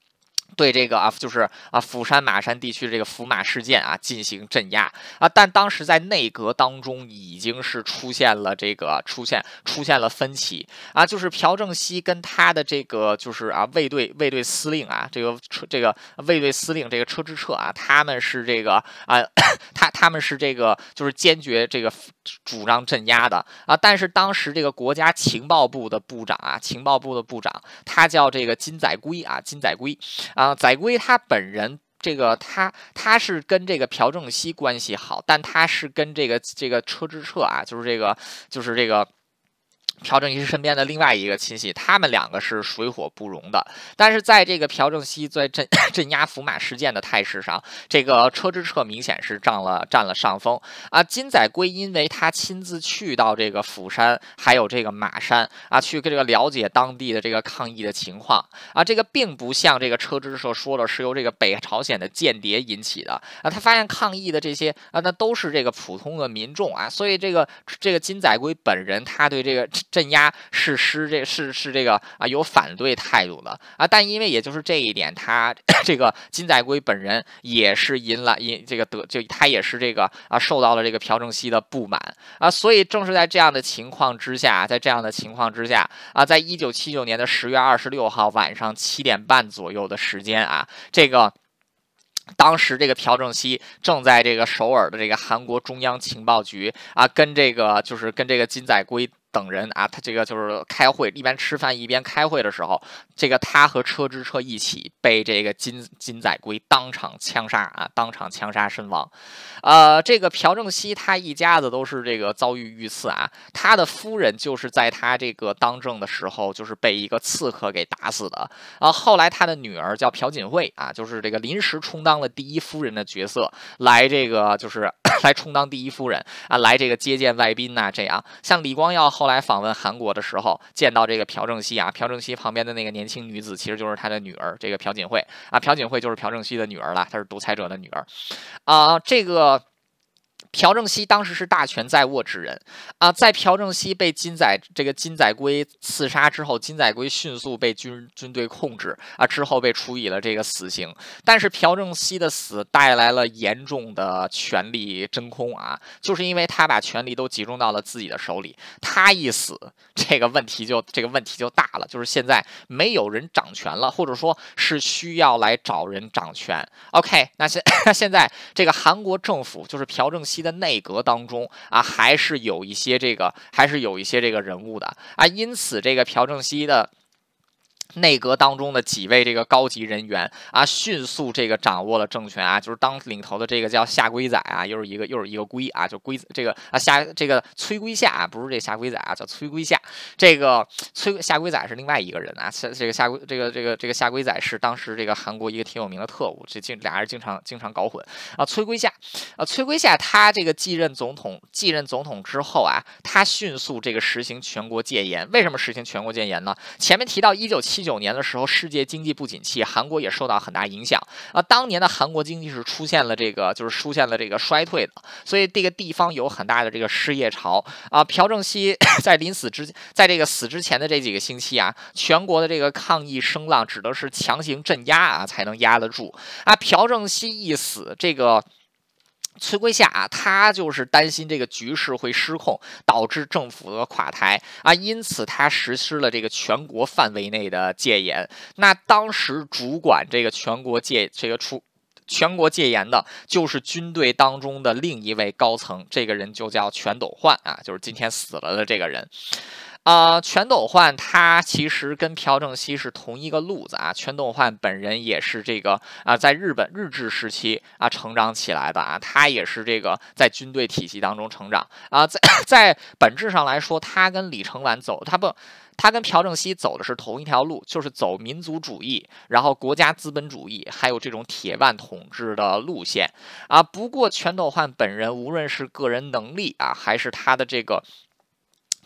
对这个啊，就是啊釜山马山地区这个伏马事件啊进行镇压啊，但当时在内阁当中已经是出现了这个出现出现了分歧啊，就是朴正熙跟他的这个就是啊卫队卫队司令啊，这个车这个卫队司令这个车之澈啊，他们是这个啊他他们是这个就是坚决这个主张镇压的啊，但是当时这个国家情报部的部长啊，情报部的部长他叫这个金载圭啊，金载圭。啊，载圭他本人。这个他他是跟这个朴正熙关系好，但他是跟这个这个车之澈啊，就是这个就是这个朴正熙身边的另外一个亲戚，他们两个是水火不容的。但是在这个朴正熙在镇镇压伏马事件的态势上，这个车之澈明显是占了占了上风啊。金载圭因为他亲自去到这个釜山，还有这个马山啊，去这个了解当地的这个抗议的情况啊，这个并不像这个车之澈说的是由这个北朝鲜的间谍引起的啊。他发现抗议的这些啊，那都是这个普通的民众啊，所以这个这个金载圭本人他对这个镇压是施这是是这个啊有反对态度的啊，但因为也就是这一点，他这个金载圭本人也是因了因这个得就他也是这个啊受到了这个朴正熙的不满啊，所以正是在这样的情况之下，在这样的情况之下啊，在一九七九年的十月二十六号晚上七点半左右的时间啊，这个。当时这个朴正熙正在这个首尔的这个韩国中央情报局啊，跟这个就是跟这个金载圭等人啊，他这个就是开会，一边吃饭一边开会的时候，这个他和车之澈一起被这个金金载圭当场枪杀啊，当场枪杀身亡。呃，这个朴正熙他一家子都是这个遭遇遇刺啊，他的夫人就是在他这个当政的时候，就是被一个刺客给打死的啊。后来他的女儿叫朴槿惠啊，就是这个临时充当了第一夫人的角色，来这个就是来充当第一夫人啊，来这个接见外宾呐、啊。这样，像李光耀后来访问韩国的时候，见到这个朴正熙啊，朴正熙旁边的那个年轻女子，其实就是他的女儿，这个朴槿惠啊，朴槿惠就是朴正熙的女儿了，她是独裁者的女儿啊，这个。朴正熙当时是大权在握之人啊，在朴正熙被金载这个金载圭刺杀之后，金载圭迅速被军军队控制啊，之后被处以了这个死刑。但是朴正熙的死带来了严重的权力真空啊，就是因为他把权力都集中到了自己的手里，他一死，这个问题就这个问题就大了，就是现在没有人掌权了，或者说是需要来找人掌权。OK， 那现那现在这个韩国政府就是朴正熙的内阁当中啊，还是有一些这个还是有一些这个人物的啊，因此这个朴正熙的。内阁当中的几位这个高级人员啊，迅速这个掌握了政权啊，就是当领头的这个叫夏圭载啊，又是一个又是一个圭啊，就圭这个啊夏这个崔圭夏啊，不是这夏圭载啊，叫崔圭夏。这个崔夏圭载是另外一个人啊，这个夏圭这个这个这个夏圭载是当时这个韩国一个挺有名的特务，这经俩人经常经常搞混啊。崔圭夏啊，崔圭夏他这个继任总统继任总统之后啊，他迅速这个实行全国戒严。为什么实行全国戒严呢？前面提到一九七九年的时候，世界经济不景气，韩国也受到很大影响啊。当年的韩国经济是出现了这个，就是出现了这个衰退的，所以这个地方有很大的这个失业潮啊。朴正熙在临死之，在这个死之前的这几个星期啊，全国的这个抗议声浪只能是强行镇压啊，才能压得住啊。朴正熙一死，这个。崔圭夏啊，他就是担心这个局势会失控，导致政府的垮台啊，因此他实施了这个全国范围内的戒严。那当时主管这个全国戒这个出。全国戒严的就是军队当中的另一位高层，这个人就叫全斗焕啊，就是今天死了的这个人。啊、呃，全斗焕他其实跟朴正熙是同一个路子啊。全斗焕本人也是这个啊、呃，在日本日治时期啊成长起来的啊，他也是这个在军队体系当中成长啊，在在本质上来说，他跟李承晚走，他不。他跟朴正熙走的是同一条路，就是走民族主义，然后国家资本主义，还有这种铁腕统治的路线啊。不过全斗焕本人无论是个人能力啊，还是他的这个。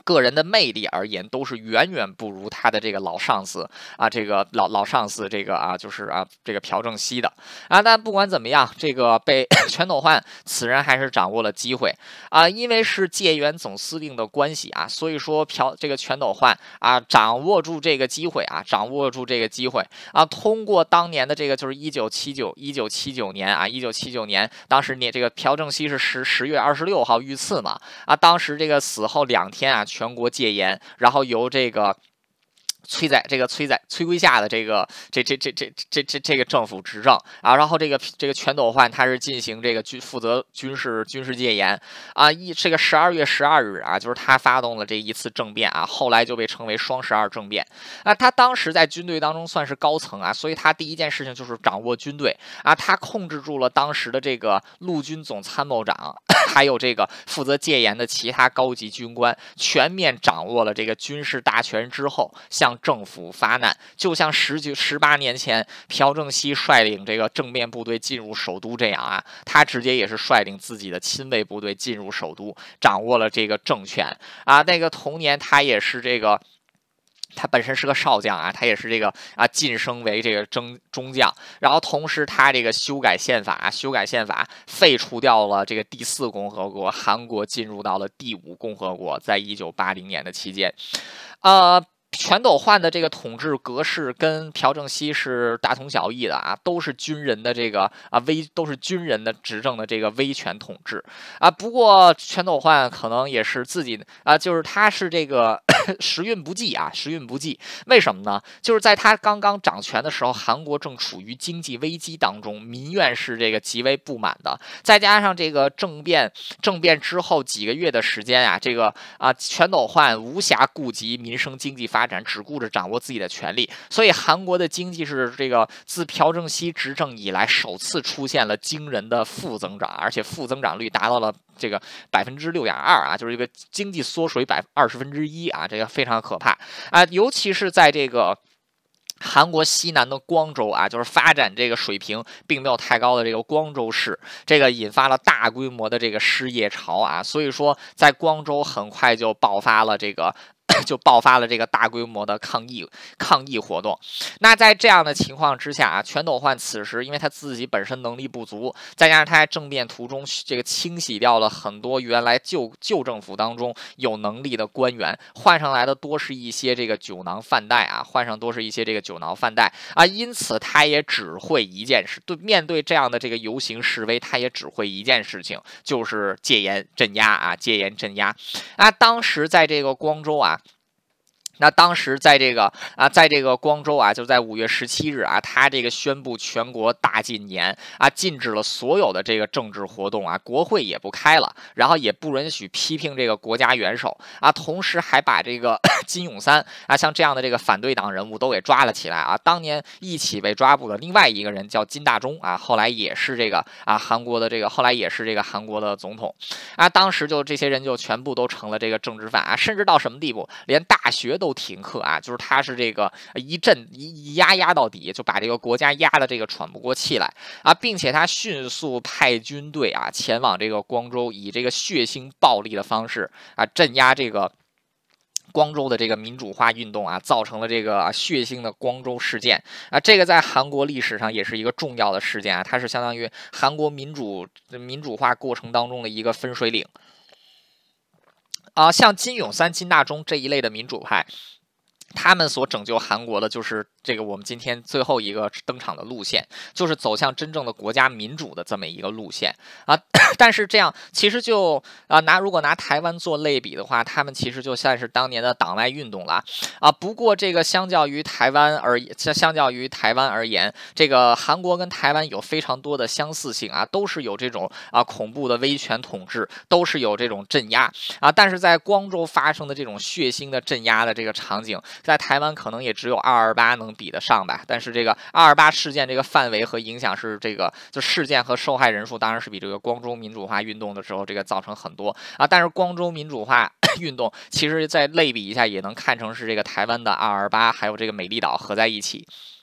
个人的魅力而言，都是远远不如他的这个老上司啊，这个老老上司这个啊，就是啊这个朴正熙的啊。但不管怎么样，这个被全斗焕此人还是掌握了机会啊，因为是戒严总司令的关系啊，所以说朴这个全斗焕啊掌握住这个机会啊，掌握住这个机会啊，通过当年的这个就是一九七九一九七九年啊，一九七九年当时你这个朴正熙是十十月二十六号遇刺嘛啊，当时这个死后两天啊。全国戒严，然后由这个崔在这个崔在崔圭夏的这个这这这这这这这个政府执政啊，然后这个这个全斗焕他是进行这个军负责军事军事戒严啊，一这个十二月十二日啊，就是他发动了这一次政变啊，后来就被称为双十二政变啊。他当时在军队当中算是高层啊，所以他第一件事情就是掌握军队啊，他控制住了当时的这个陆军总参谋长，还有这个负责戒严的其他高级军官，全面掌握了这个军事大权之后，向政府发难，就像十九十八年前朴正熙率领这个政变部队进入首都这样啊，他直接也是率领自己的亲卫部队进入首都，掌握了这个政权啊。那个同年他也是这个。他本身是个少将啊，他也是这个啊晋升为这个中中将，然后同时他这个修改宪法，修改宪法废除掉了这个第四共和国，韩国进入到了第五共和国，在一九八零年的期间，呃。全斗焕的这个统治格式跟朴正熙是大同小异的啊，都是军人的这个啊威，都是军人的执政的这个威权统治啊。不过全斗焕可能也是自己啊，就是他是这个时运不济啊，时运不济。为什么呢？就是在他刚刚掌权的时候，韩国正处于经济危机当中，民怨是这个极为不满的。再加上这个政变，政变之后几个月的时间啊，这个啊全斗焕无暇顾及民生经济发展。只顾着掌握自己的权利，所以韩国的经济是这个自朴正熙执政以来首次出现了惊人的负增长，而且负增长率达到了这个百分之六点二啊，就是这个经济缩水百二十分之一啊，这个非常可怕啊，尤其是在这个。韩国西南的光州啊，就是发展这个水平并没有太高的这个光州市，这个引发了大规模的这个失业潮啊，所以说在光州很快就爆发了这个。就爆发了这个大规模的抗议抗议活动。那在这样的情况之下啊，全斗焕此时因为他自己本身能力不足，再加上他在政变途中这个清洗掉了很多原来旧旧政府当中有能力的官员，换上来的多是一些这个酒囊饭袋啊，换上多是一些这个酒囊饭袋啊，因此他也只会一件事，对面对这样的这个游行示威，他也只会一件事情，就是戒严镇压啊，戒严镇压。啊，当时在这个光州啊。那当时在这个啊，在这个光州啊，就在五月十七日啊，他这个宣布全国大禁严啊，禁止了所有的这个政治活动啊，国会也不开了，然后也不允许批评这个国家元首啊，同时还把这个金泳三啊，像这样的这个反对党人物都给抓了起来啊。当年一起被抓捕的另外一个人叫金大中啊，后来也是这个啊韩国的这个，后来也是这个韩国的总统啊。当时就这些人就全部都成了这个政治犯啊，甚至到什么地步，连大学都停课啊，就是他是这个一阵一一压压到底，就把这个国家压的这个喘不过气来啊，并且他迅速派军队啊前往这个光州，以这个血腥暴力的方式啊镇压这个。光州的这个民主化运动啊，造成了这个、啊、血腥的光州事件啊，这个在韩国历史上也是一个重要的事件啊，它是相当于韩国民主民主化过程当中的一个分水岭啊，像金泳三、金大中这一类的民主派。他们所拯救韩国的就是这个我们今天最后一个登场的路线，就是走向真正的国家民主的这么一个路线啊。但是这样其实就啊拿如果拿台湾做类比的话，他们其实就像是当年的党外运动了啊。不过这个相较于台湾而相相较于台湾而言，这个韩国跟台湾有非常多的相似性啊，都是有这种啊恐怖的威权统治，都是有这种镇压啊。但是在光州发生的这种血腥的镇压的这个场景。在台湾可能也只有二二八能比得上吧，但是这个二二八事件这个范围和影响是这个就事件和受害人数当然是比这个光州民主化运动的时候这个造成很多啊，但是光州民主化运动其实再类比一下也能看成是这个台湾的二二八还有这个美丽岛合在一起。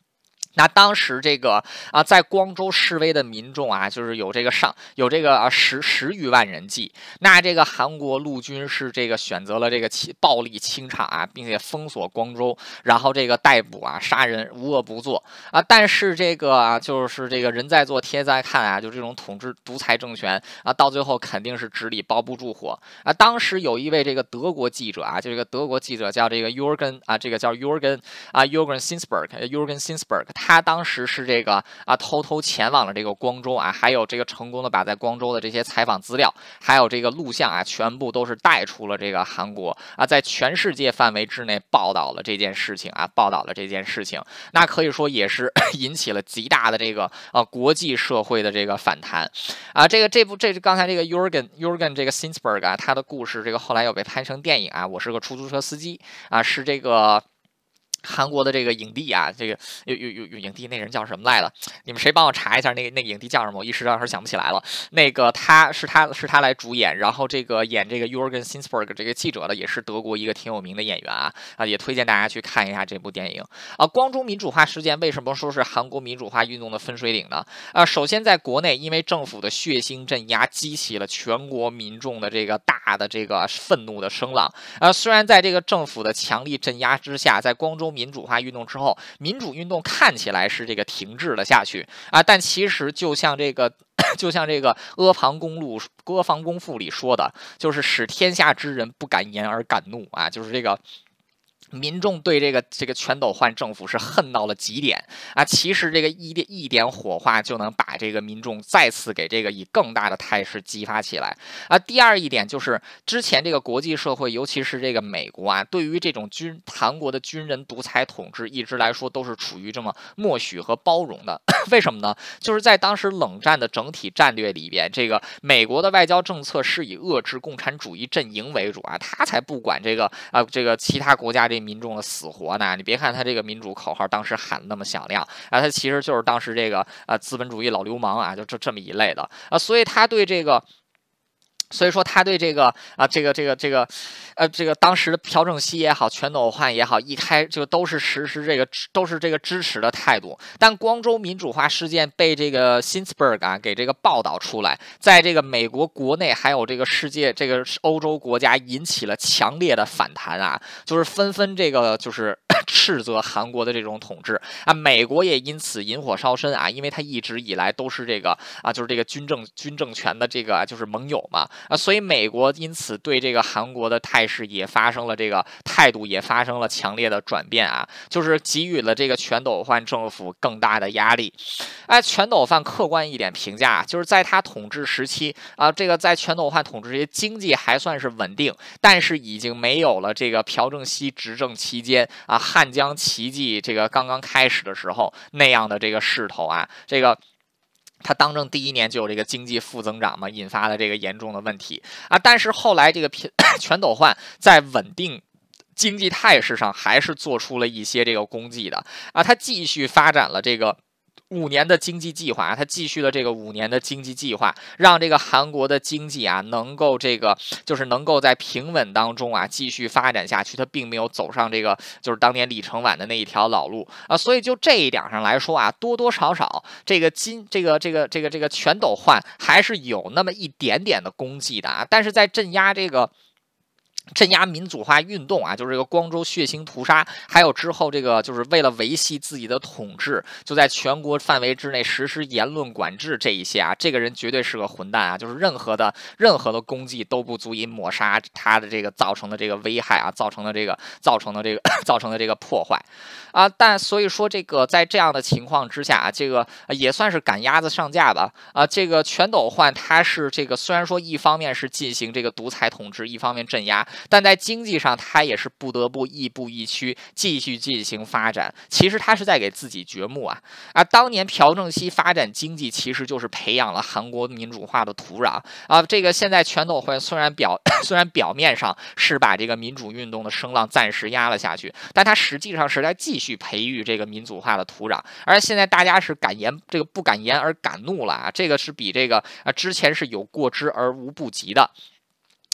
那当时这个啊，在光州示威的民众啊，就是有这个上有这个啊十十余万人计。那这个韩国陆军是这个选择了这个起暴力清场啊，并且封锁光州，然后这个逮捕啊、杀人，无恶不作啊。但是这个啊，就是这个人在做天在看啊，就这种统治独裁政权啊，到最后肯定是纸里包不住火啊。当时有一位这个德国记者啊，这个德国记者叫这个 Jürgen 啊，这个叫 Jürgen 啊 Jürgen Sinsberg，Jürgen Sinsberg。他当时是这个啊，偷偷前往了这个光州啊，还有这个成功的把在光州的这些采访资料，还有这个录像啊，全部都是带出了这个韩国啊，在全世界范围之内报道了这件事情啊，报道了这件事情，那可以说也是引起了极大的这个呃国际社会的这个反弹啊。这个这部这刚才这个 Jürgen Jürgen 这个 Sinsberg 啊，他的故事这个后来又被拍成电影啊，我是个出租车司机啊，是这个。韩国的这个影帝啊，这个有有有有影帝那人叫什么来了？你们谁帮我查一下那个那个影帝叫什么？我一时半会儿想不起来了。那个他是他是他来主演，然后这个演这个 Jürgen Sinsberg 这个记者的也是德国一个挺有名的演员啊啊，也推荐大家去看一下这部电影啊。光州民主化事件为什么说是韩国民主化运动的分水岭呢？啊，首先在国内，因为政府的血腥镇压激起了全国民众的这个大的这个愤怒的声浪啊。虽然在这个政府的强力镇压之下，在光州民主化运动之后，民主运动看起来是这个停滞了下去啊，但其实就像这个，就像这个阿房宫录、阿房宫赋里说的，就是使天下之人不敢言而敢怒啊，就是这个。民众对这个这个全斗焕政府是恨到了极点啊！其实这个一点一点火花就能把这个民众再次给这个以更大的态势激发起来啊！第二一点就是之前这个国际社会，尤其是这个美国啊，对于这种军韩国的军人独裁统治，一直来说都是处于这么默许和包容的。为什么呢？就是在当时冷战的整体战略里边，这个美国的外交政策是以遏制共产主义阵营为主啊，他才不管这个啊这个其他国家这民众的死活呢。你别看他这个民主口号当时喊那么响亮啊，他其实就是当时这个啊资本主义老流氓啊，就这这么一类的啊，所以他对这个。所以说，他对这个啊，这个这个这个，呃，这个当时的朴正熙也好，全斗焕也好，一开就都是实施这个都是这个支持的态度。但光州民主化事件被这个 Sinsberg 啊给这个报道出来，在这个美国国内还有这个世界这个欧洲国家引起了强烈的反弹啊，就是纷纷这个就是斥责韩国的这种统治啊，美国也因此引火烧身啊，因为他一直以来都是这个啊，就是这个军政军政权的这个就是盟友嘛。啊，所以美国因此对这个韩国的态势也发生了这个态度也发生了强烈的转变啊，就是给予了这个全斗焕政府更大的压力。哎，全斗焕客观一点评价，就是在他统治时期啊，这个在全斗焕统治时期经济还算是稳定，但是已经没有了这个朴正熙执政期间啊汉江奇迹这个刚刚开始的时候那样的这个势头啊，这个。他当政第一年就有这个经济负增长嘛，引发了这个严重的问题啊。但是后来这个全斗焕在稳定经济态势上还是做出了一些这个功绩的啊。他继续发展了这个。五年的经济计划，他继续了这个五年的经济计划，让这个韩国的经济啊能够这个就是能够在平稳当中啊继续发展下去，他并没有走上这个就是当年李承晚的那一条老路啊，所以就这一点上来说啊，多多少少这个金这个这个这个这个全斗焕还是有那么一点点的功绩的啊，但是在镇压这个。镇压民主化运动啊，就是这个光州血腥屠杀，还有之后这个就是为了维系自己的统治，就在全国范围之内实施言论管制这一些啊，这个人绝对是个混蛋啊！就是任何的任何的功绩都不足以抹杀他的这个造成的这个危害啊，造成的这个造成的这个造成的这个破坏啊。但所以说这个在这样的情况之下啊，这个也算是赶鸭子上架吧啊。这个全斗焕他是这个虽然说一方面是进行这个独裁统治，一方面镇压。但在经济上，他也是不得不亦步亦趋，继续进行发展。其实他是在给自己掘墓啊！啊，当年朴正熙发展经济，其实就是培养了韩国民主化的土壤啊。这个现在全斗焕虽然表虽然表面上是把这个民主运动的声浪暂时压了下去，但他实际上是在继续培育这个民主化的土壤。而现在大家是敢言这个不敢言而敢怒了啊！这个是比这个啊之前是有过之而无不及的。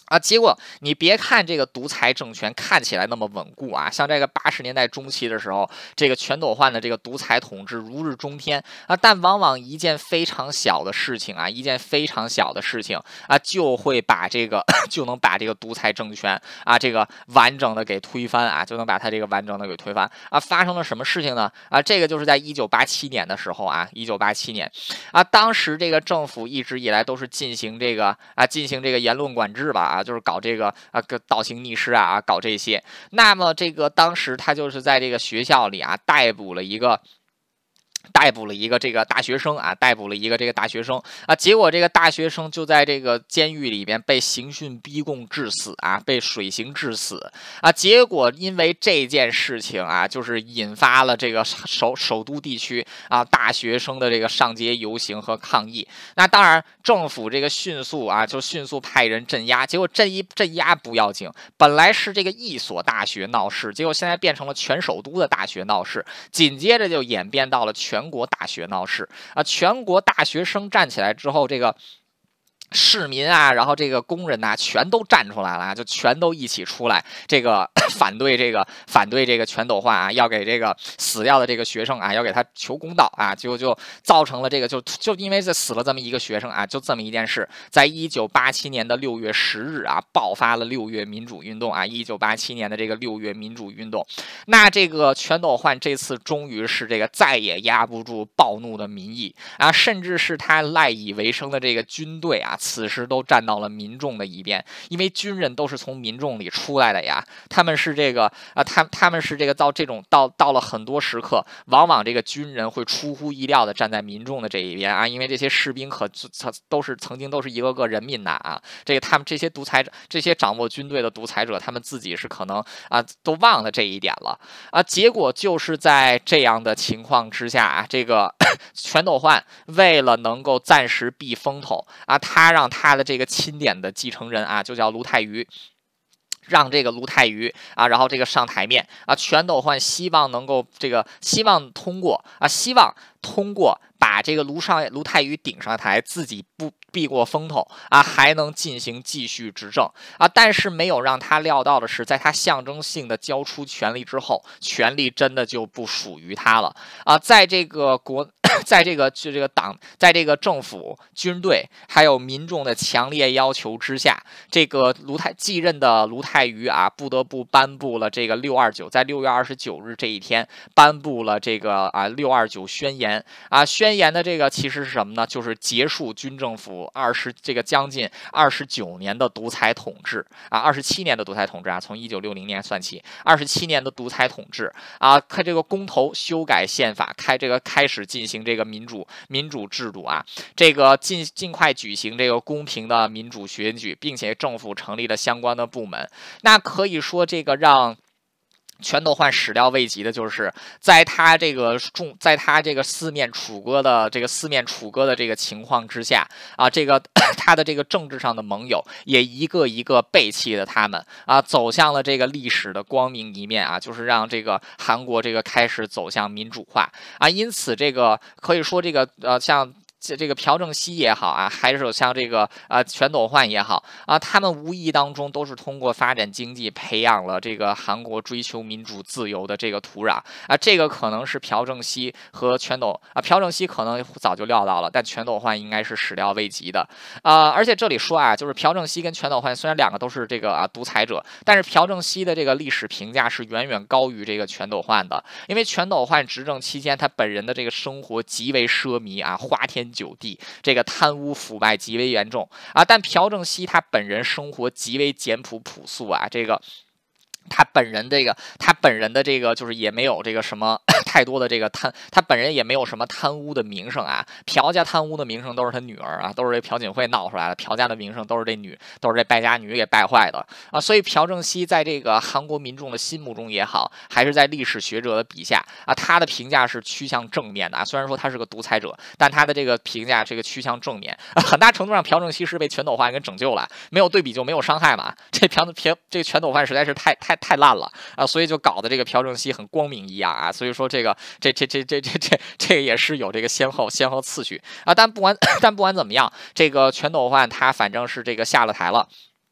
啊，结果你别看这个独裁政权看起来那么稳固啊，像这个八十年代中期的时候，这个全斗焕的这个独裁统治如日中天啊，但往往一件非常小的事情啊，一件非常小的事情啊，就会把这个就能把这个独裁政权啊，这个完整的给推翻啊，就能把它这个完整的给推翻啊。发生了什么事情呢？啊，这个就是在一九八七年的时候啊，一九八七年啊，当时这个政府一直以来都是进行这个啊，进行这个言论管制吧。啊，就是搞这个啊，个倒行逆施啊，搞这些。那么这个当时他就是在这个学校里啊，逮捕了一个。逮捕了一个这个大学生啊，逮捕了一个这个大学生啊，结果这个大学生就在这个监狱里边被刑讯逼供致死啊，被水刑致死啊。结果因为这件事情啊，就是引发了这个首首都地区啊大学生的这个上街游行和抗议。那当然，政府这个迅速啊，就迅速派人镇压。结果镇一镇压不要紧，本来是这个一所大学闹事，结果现在变成了全首都的大学闹事，紧接着就演变到了全。全国大学闹事啊！全国大学生站起来之后，这个市民啊，然后这个工人呐、啊，全都站出来了，就全都一起出来，这个反对这个反对这个全斗焕啊，要给这个死掉的这个学生啊，要给他求公道啊，就就造成了这个就就因为这死了这么一个学生啊，就这么一件事，在一九八七年的六月十日啊，爆发了六月民主运动啊，一九八七年的这个六月民主运动，那这个全斗焕这次终于是这个再也压不住暴怒的民意啊，甚至是他赖以为生的这个军队啊。此时都站到了民众的一边，因为军人都是从民众里出来的呀，他们是这个啊，他他们是这个到这种到到了很多时刻，往往这个军人会出乎意料的站在民众的这一边啊，因为这些士兵可都是曾经都是一个个人民呐啊，这个他们这些独裁者，这些掌握军队的独裁者，他们自己是可能啊都忘了这一点了啊，结果就是在这样的情况之下啊，这个全斗焕为了能够暂时避风头啊，他。他让他的这个钦点的继承人啊，就叫卢泰愚。让这个卢泰愚啊，然后这个上台面啊，全斗焕希望能够这个希望通过啊，希望通过把这个卢上卢泰愚顶上台，自己不避过风头啊，还能进行继续执政啊。但是没有让他料到的是，在他象征性的交出权力之后，权力真的就不属于他了啊。在这个国，在这个就这个党，在这个政府、军队还有民众的强烈要求之下，这个卢泰继任的卢泰愚啊，不得不颁布了这个六二九，在六月二十九日这一天颁布了这个啊六二九宣言啊。宣言的这个其实是什么呢？就是结束军政府二十这个将近二十九年的独裁统治啊，二十七年的独裁统治啊，从一九六零年算起，二十七年的独裁统治啊，开这个公投修改宪法，开这个开始进行这个民主民主制度啊，这个尽尽快举行这个公平的民主选举，并且政府成立了相关的部门。那可以说，这个让全斗焕始料未及的就是，在他这个重，在他这个四面楚歌的这个四面楚歌的这个情况之下啊，这个他的这个政治上的盟友也一个一个背弃了他们啊，走向了这个历史的光明一面啊，就是让这个韩国这个开始走向民主化啊。因此，这个可以说这个呃像。这个朴正熙也好啊，还是像这个呃全斗焕也好啊，他们无意当中都是通过发展经济，培养了这个韩国追求民主自由的这个土壤啊。这个可能是朴正熙和全斗啊，朴正熙可能早就料到了，但全斗焕应该是始料未及的啊。而且这里说啊，就是朴正熙跟全斗焕虽然两个都是这个啊独裁者，但是朴正熙的这个历史评价是远远高于这个全斗焕的，因为全斗焕执政期间，他本人的这个生活极为奢靡啊，花天酒地，这个贪污腐败极为严重啊。但朴正熙他本人生活极为简朴朴素啊，这个。他本人这个，他本人的这个就是也没有这个什么太多的这个贪，他本人也没有什么贪污的名声啊。朴家贪污的名声都是他女儿啊，都是这朴槿惠闹出来的。朴家的名声都是这女，都是这败家女给败坏的啊。所以朴正熙在这个韩国民众的心目中也好，还是在历史学者的笔下啊，他的评价是趋向正面的啊。虽然说他是个独裁者，但他的这个评价这个趋向正面啊。很大程度上，朴正熙是被全斗焕给拯救了，没有对比就没有伤害嘛。这朴朴这个全斗焕实在是太太。太烂了啊，所以就搞得这个朴正熙很光明一样啊，所以说这个这这这这这这这个也是有这个先后先后次序啊，但不管但不管怎么样，这个全斗焕他反正是这个下了台了。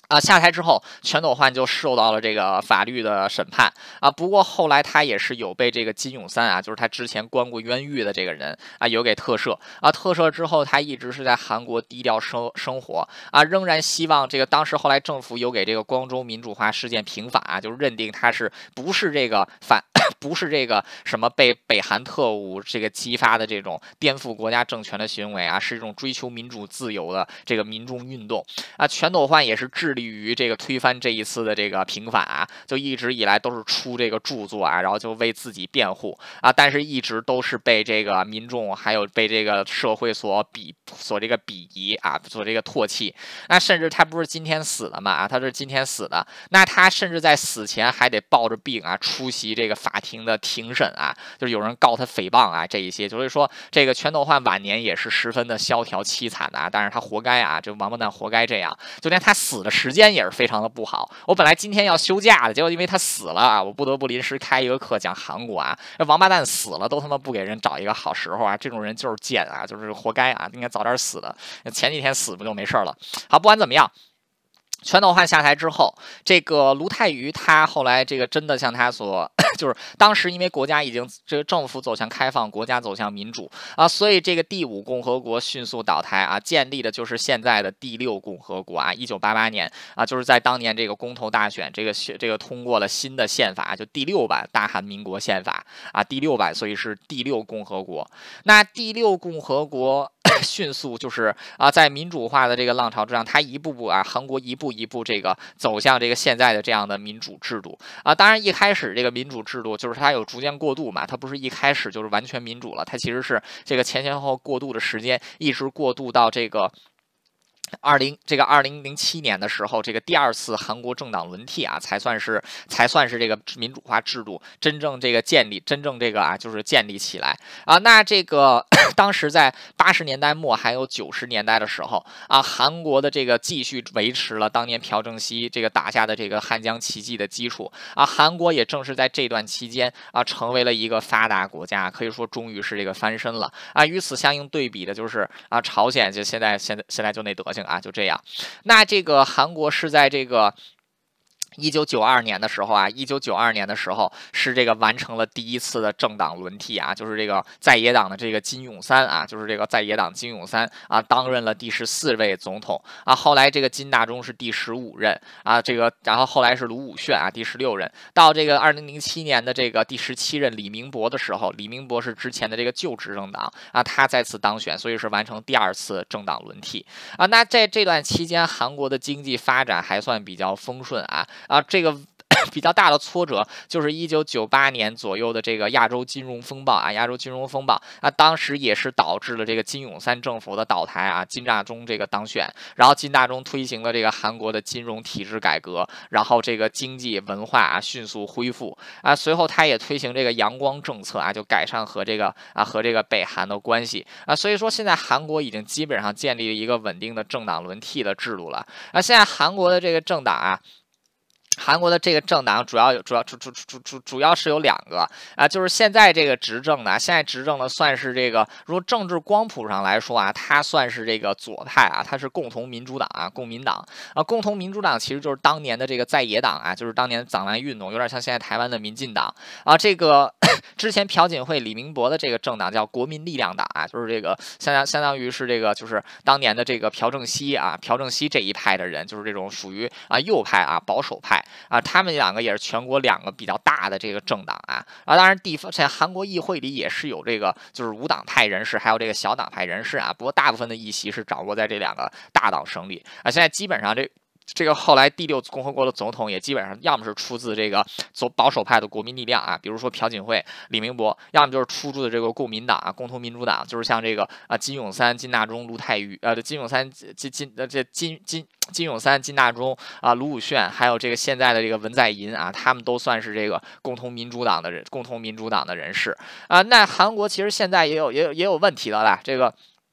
啊，下台之后，全斗焕就受到了这个法律的审判啊。不过后来他也是有被这个金永三啊，就是他之前关过冤狱的这个人啊，有给特赦啊。特赦之后，他一直是在韩国低调生生活啊，仍然希望这个当时后来政府有给这个光州民主化事件平反啊，就是认定他是不是这个反。不是这个什么被北韩特务这个激发的这种颠覆国家政权的行为啊，是一种追求民主自由的这个民众运动啊。全斗焕也是致力于这个推翻这一次的这个平反啊，就一直以来都是出这个著作啊，然后就为自己辩护啊，但是一直都是被这个民众还有被这个社会所鄙所这个鄙夷啊，所这个唾弃。那甚至他不是今天死了嘛啊，他是今天死的，那他甚至在死前还得抱着病啊出席这个法庭的庭审啊，就是有人告他诽谤啊，这一些，就是说这个全斗焕晚年也是十分的萧条凄惨的啊，但是他活该啊，这王八蛋活该这样，就连他死的时间也是非常的不好。我本来今天要休假的，结果因为他死了啊，我不得不临时开一个课讲韩国啊，这王八蛋死了都他妈不给人找一个好时候啊，这种人就是贱啊，就是活该啊，应该早点死的，前几天死不就没事了。好，不管怎么样。全斗焕下台之后，这个卢泰愚他后来这个真的像他所，就是当时因为国家已经这个政府走向开放，国家走向民主啊，所以这个第五共和国迅速倒台啊，建立的就是现在的第六共和国啊。一九八八年啊，就是在当年这个公投大选，这个这个通过了新的宪法，就第六版大韩民国宪法啊，第六版，所以是第六共和国。那第六共和国。迅速就是啊，在民主化的这个浪潮之上，它一步步啊，韩国一步一步这个走向这个现在的这样的民主制度啊。当然，一开始这个民主制度就是它有逐渐过渡嘛，它不是一开始就是完全民主了，它其实是这个前前后后过渡的时间，一直过渡到这个。二零这个二零零七年的时候，这个第二次韩国政党轮替啊，才算是才算是这个民主化制度真正这个建立，真正这个啊就是建立起来啊。那这个当时在八十年代末还有九十年代的时候啊，韩国的这个继续维持了当年朴正熙这个打下的这个汉江奇迹的基础啊。韩国也正是在这段期间啊，成为了一个发达国家，可以说终于是这个翻身了啊。与此相应对比的就是啊，朝鲜就现在现在现在就那德行啊，就这样。那这个韩国是在这个。一九九二年的时候啊，一九九二年的时候是这个完成了第一次的政党轮替啊，就是这个在野党的这个金泳三啊，就是这个在野党金泳三啊，担任了第十四位总统啊。后来这个金大中是第十五任啊，这个然后后来是卢武铉啊，第十六任。到这个二零零七年的这个第十七任李明博的时候，李明博是之前的这个旧执政党啊，他再次当选，所以是完成第二次政党轮替啊。那在这段期间，韩国的经济发展还算比较丰顺啊。啊，这个比较大的挫折就是一九九八年左右的这个亚洲金融风暴啊，亚洲金融风暴啊，当时也是导致了这个金泳三政府的倒台啊，金大中这个当选，然后金大中推行了这个韩国的金融体制改革，然后这个经济文化啊迅速恢复啊，随后他也推行这个阳光政策啊，就改善和这个啊和这个北韩的关系啊，所以说现在韩国已经基本上建立了一个稳定的政党轮替的制度了啊，现在韩国的这个政党啊。韩国的这个政党主要有主要主主主主主要是有两个啊，就是现在这个执政的，现在执政的算是这个，如果政治光谱上来说啊，它算是这个左派啊，它是共同民主党啊，共民党啊，共同民主党其实就是当年的这个在野党啊，就是当年的党外运动，有点像现在台湾的民进党啊。这个之前朴槿惠、李明博的这个政党叫国民力量党啊，就是这个相当相当于是这个就是当年的这个朴正熙啊，朴正熙这一派的人，就是这种属于啊右派啊保守派。啊，他们两个也是全国两个比较大的这个政党啊啊，当然地方在韩国议会里也是有这个就是无党派人士，还有这个小党派人士啊，不过大部分的议席是掌握在这两个大党手里啊，现在基本上这。这个后来第六共和国的总统也基本上要么是出自这个左保守派的国民力量啊，比如说朴槿惠、李明博，要么就是出自的这个共民党啊、共同民主党，就是像这个啊金泳三、金大中、卢泰愚，呃，金泳三、金金呃这金金金泳三、金大中啊、卢武铉，还有这个现在的这个文在寅啊，他们都算是这个共同民主党的人，共同民主党的人士啊。那韩国其实现在也有也有也有问题的啦，这个。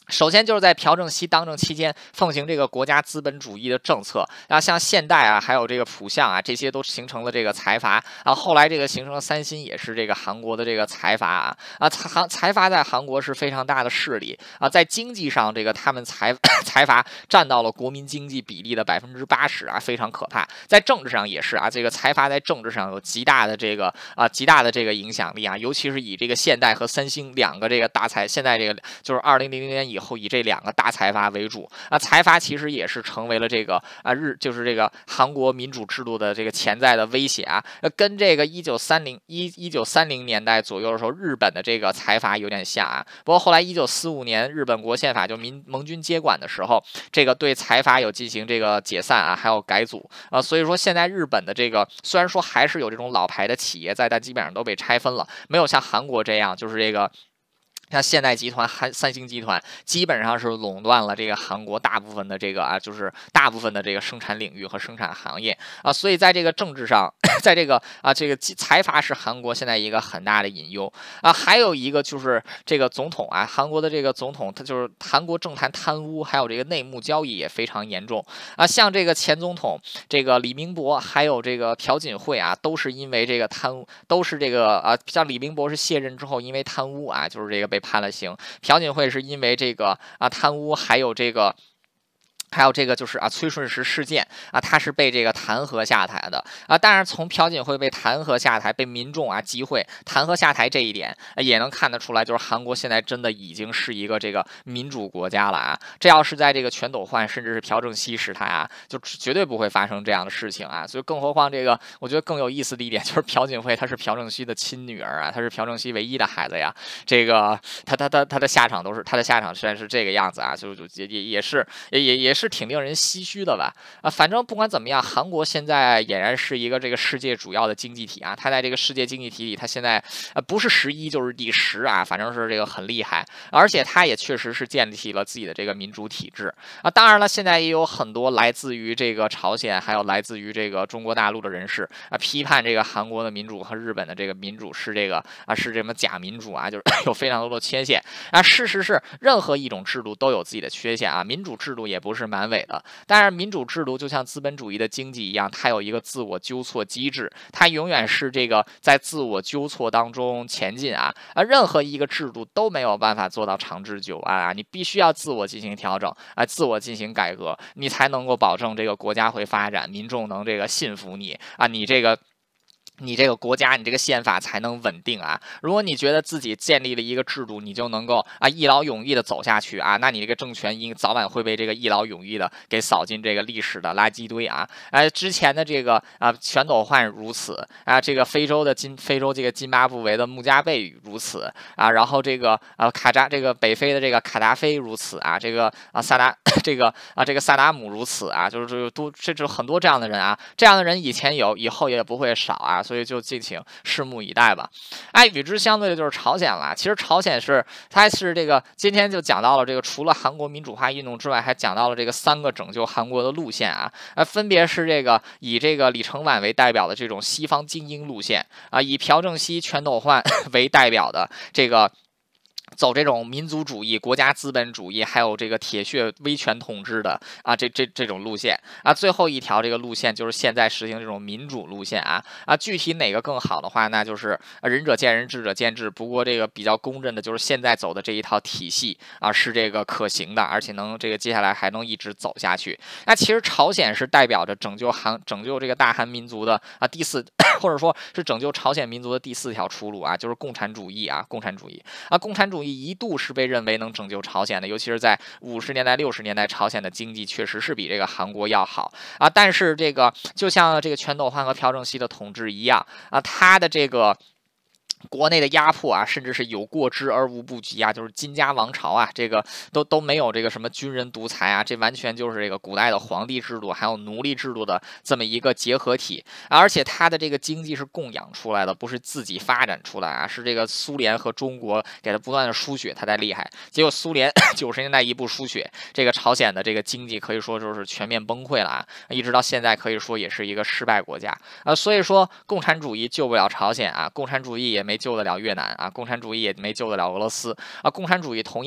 首先就是在朴正熙当政期间奉行这个国家资本主义的政策，然后像现代啊，还有这个浦项啊，这些都形成了这个财阀啊。后来这个形成了三星，也是这个韩国的这个财阀啊啊，财财阀在韩国是非常大的势力啊，在经济上这个他们财财阀占到了国民经济比例的百分之八十啊，非常可怕。在政治上也是啊，这个财阀在政治上有极大的这个啊极大的这个影响力啊，尤其是以这个现代和三星两个这个大财，现在这个就是二零零零年以。以后以这两个大财阀为主啊，财阀其实也是成为了这个啊日就是这个韩国民主制度的这个潜在的威胁啊，跟这个一九三零一一九三零年代左右的时候，日本的这个财阀有点像啊。不过后来一九四五年日本国宪法就民盟军接管的时候，这个对财阀有进行这个解散啊，还有改组啊，所以说现在日本的这个虽然说还是有这种老牌的企业在，但基本上都被拆分了，没有像韩国这样就是这个。像现代集团、韩三星集团基本上是垄断了这个韩国大部分的这个啊，就是大部分的这个生产领域和生产行业啊，所以在这个政治上，在这个啊这个财阀是韩国现在一个很大的隐忧啊，还有一个就是这个总统啊，韩国的这个总统，他就是韩国政坛贪污还有这个内幕交易也非常严重啊，像这个前总统这个李明博还有这个朴槿惠啊，都是因为这个贪污，都是这个啊，像李明博是卸任之后因为贪污啊，就是这个被。被判了刑，朴槿惠是因为这个啊贪污，还有这个。还有这个就是啊，崔顺实事件啊，他是被这个弹劾下台的啊。当然，从朴槿惠被弹劾下台、被民众啊集会弹劾下台这一点，啊、也能看得出来，就是韩国现在真的已经是一个这个民主国家了啊。这要是在这个全斗焕甚至是朴正熙时代啊，就绝对不会发生这样的事情啊。所以，更何况这个，我觉得更有意思的一点就是朴槿惠她是朴正熙的亲女儿啊，她是朴正熙唯一的孩子呀。这个她她她她的下场都是她的下场虽然是这个样子啊，就就也也也是也也也。是挺令人唏嘘的吧？啊，反正不管怎么样，韩国现在俨然是一个这个世界主要的经济体啊。它在这个世界经济体里，它现在呃不是十一就是第十啊，反正是这个很厉害。而且它也确实是建立起了自己的这个民主体制啊。当然了，现在也有很多来自于这个朝鲜，还有来自于这个中国大陆的人士啊，批判这个韩国的民主和日本的这个民主是这个啊是什么假民主啊，就是有非常多的缺陷啊。事实是，任何一种制度都有自己的缺陷啊，民主制度也不是蛮伪的。当然，民主制度就像资本主义的经济一样，它有一个自我纠错机制，它永远是这个在自我纠错当中前进啊。啊，任何一个制度都没有办法做到长治久安啊，你必须要自我进行调整啊，自我进行改革，你才能够保证这个国家会发展，民众能这个信服你啊，你这个。你这个国家，你这个宪法才能稳定啊！如果你觉得自己建立了一个制度，你就能够啊一劳永逸的走下去啊，那你这个政权应早晚会被这个一劳永逸的给扫进这个历史的垃圾堆啊！哎，之前的这个啊全斗焕如此啊，这个非洲的金非洲这个津巴布韦的穆加贝如此啊，然后这个啊卡扎这个北非的这个卡达菲如此啊，这个啊萨达这个啊这个萨达姆如此啊，就是这个都这这很多这样的人啊，这样的人以前有，以后也不会少啊。所以就敬请拭目以待吧。哎，与之相对的就是朝鲜了。其实朝鲜是，它是这个今天就讲到了这个，除了韩国民主化运动之外，还讲到了这个三个拯救韩国的路线啊，呃，分别是这个以这个李承晚为代表的这种西方精英路线啊，以朴正熙、全斗焕为代表的这个。走这种民族主义、国家资本主义，还有这个铁血威权统治的啊，这这这种路线啊，最后一条这个路线就是现在实行这种民主路线啊啊，具体哪个更好的话，那就是仁者见仁，智者见智。不过这个比较公认的就是现在走的这一套体系啊，是这个可行的，而且能这个接下来还能一直走下去。那其实朝鲜是代表着拯救韩、拯救这个大韩民族的啊第四，或者说是拯救朝鲜民族的第四条出路啊，就是共产主义啊，共产主义啊，共产主义。一度是被认为能拯救朝鲜的，尤其是在五十年代、六十年代，朝鲜的经济确实是比这个韩国要好啊。但是这个就像这个全斗焕和朴正熙的统治一样啊，他的这个。国内的压迫啊，甚至是有过之而无不及啊，就是金家王朝啊，这个都都没有这个什么军人独裁啊，这完全就是这个古代的皇帝制度还有奴隶制度的这么一个结合体，而且它的这个经济是供养出来的，不是自己发展出来啊，是这个苏联和中国给它不断的输血，它才厉害。结果苏联九十年代一部输血，这个朝鲜的这个经济可以说就是全面崩溃了啊，一直到现在可以说也是一个失败国家啊，所以说共产主义救不了朝鲜啊，共产主义也没救得了越南啊，共产主义也没救得了俄罗斯啊，共产主义同样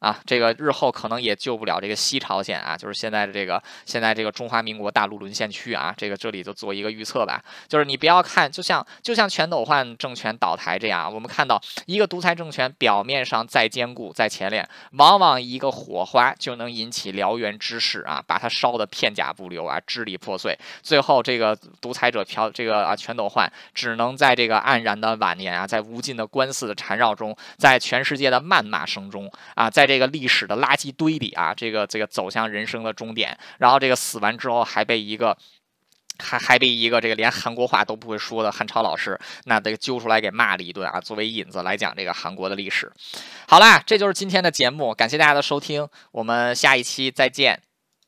啊，这个日后可能也救不了这个西朝鲜啊，就是现在的这个现在这个中华民国大陆沦陷区啊，这个这里就做一个预测吧，就是你不要看，就像就像全斗焕政权倒台这样，我们看到一个独裁政权表面上再坚固再前链，往往一个火花就能引起燎原之势啊，把它烧得片甲不留啊，支离破碎，最后这个独裁者朴这个啊全斗焕只能在这个黯然的晚年啊，在无尽的官司的缠绕中，在全世界的谩骂声中啊，在这个历史的垃圾堆里啊，这个这个走向人生的终点，然后这个死完之后还被一个。还还被一个这个连韩国话都不会说的汉超老师，那这个揪出来给骂了一顿啊，作为引子来讲这个韩国的历史。好啦，这就是今天的节目，感谢大家的收听，我们下一期再见。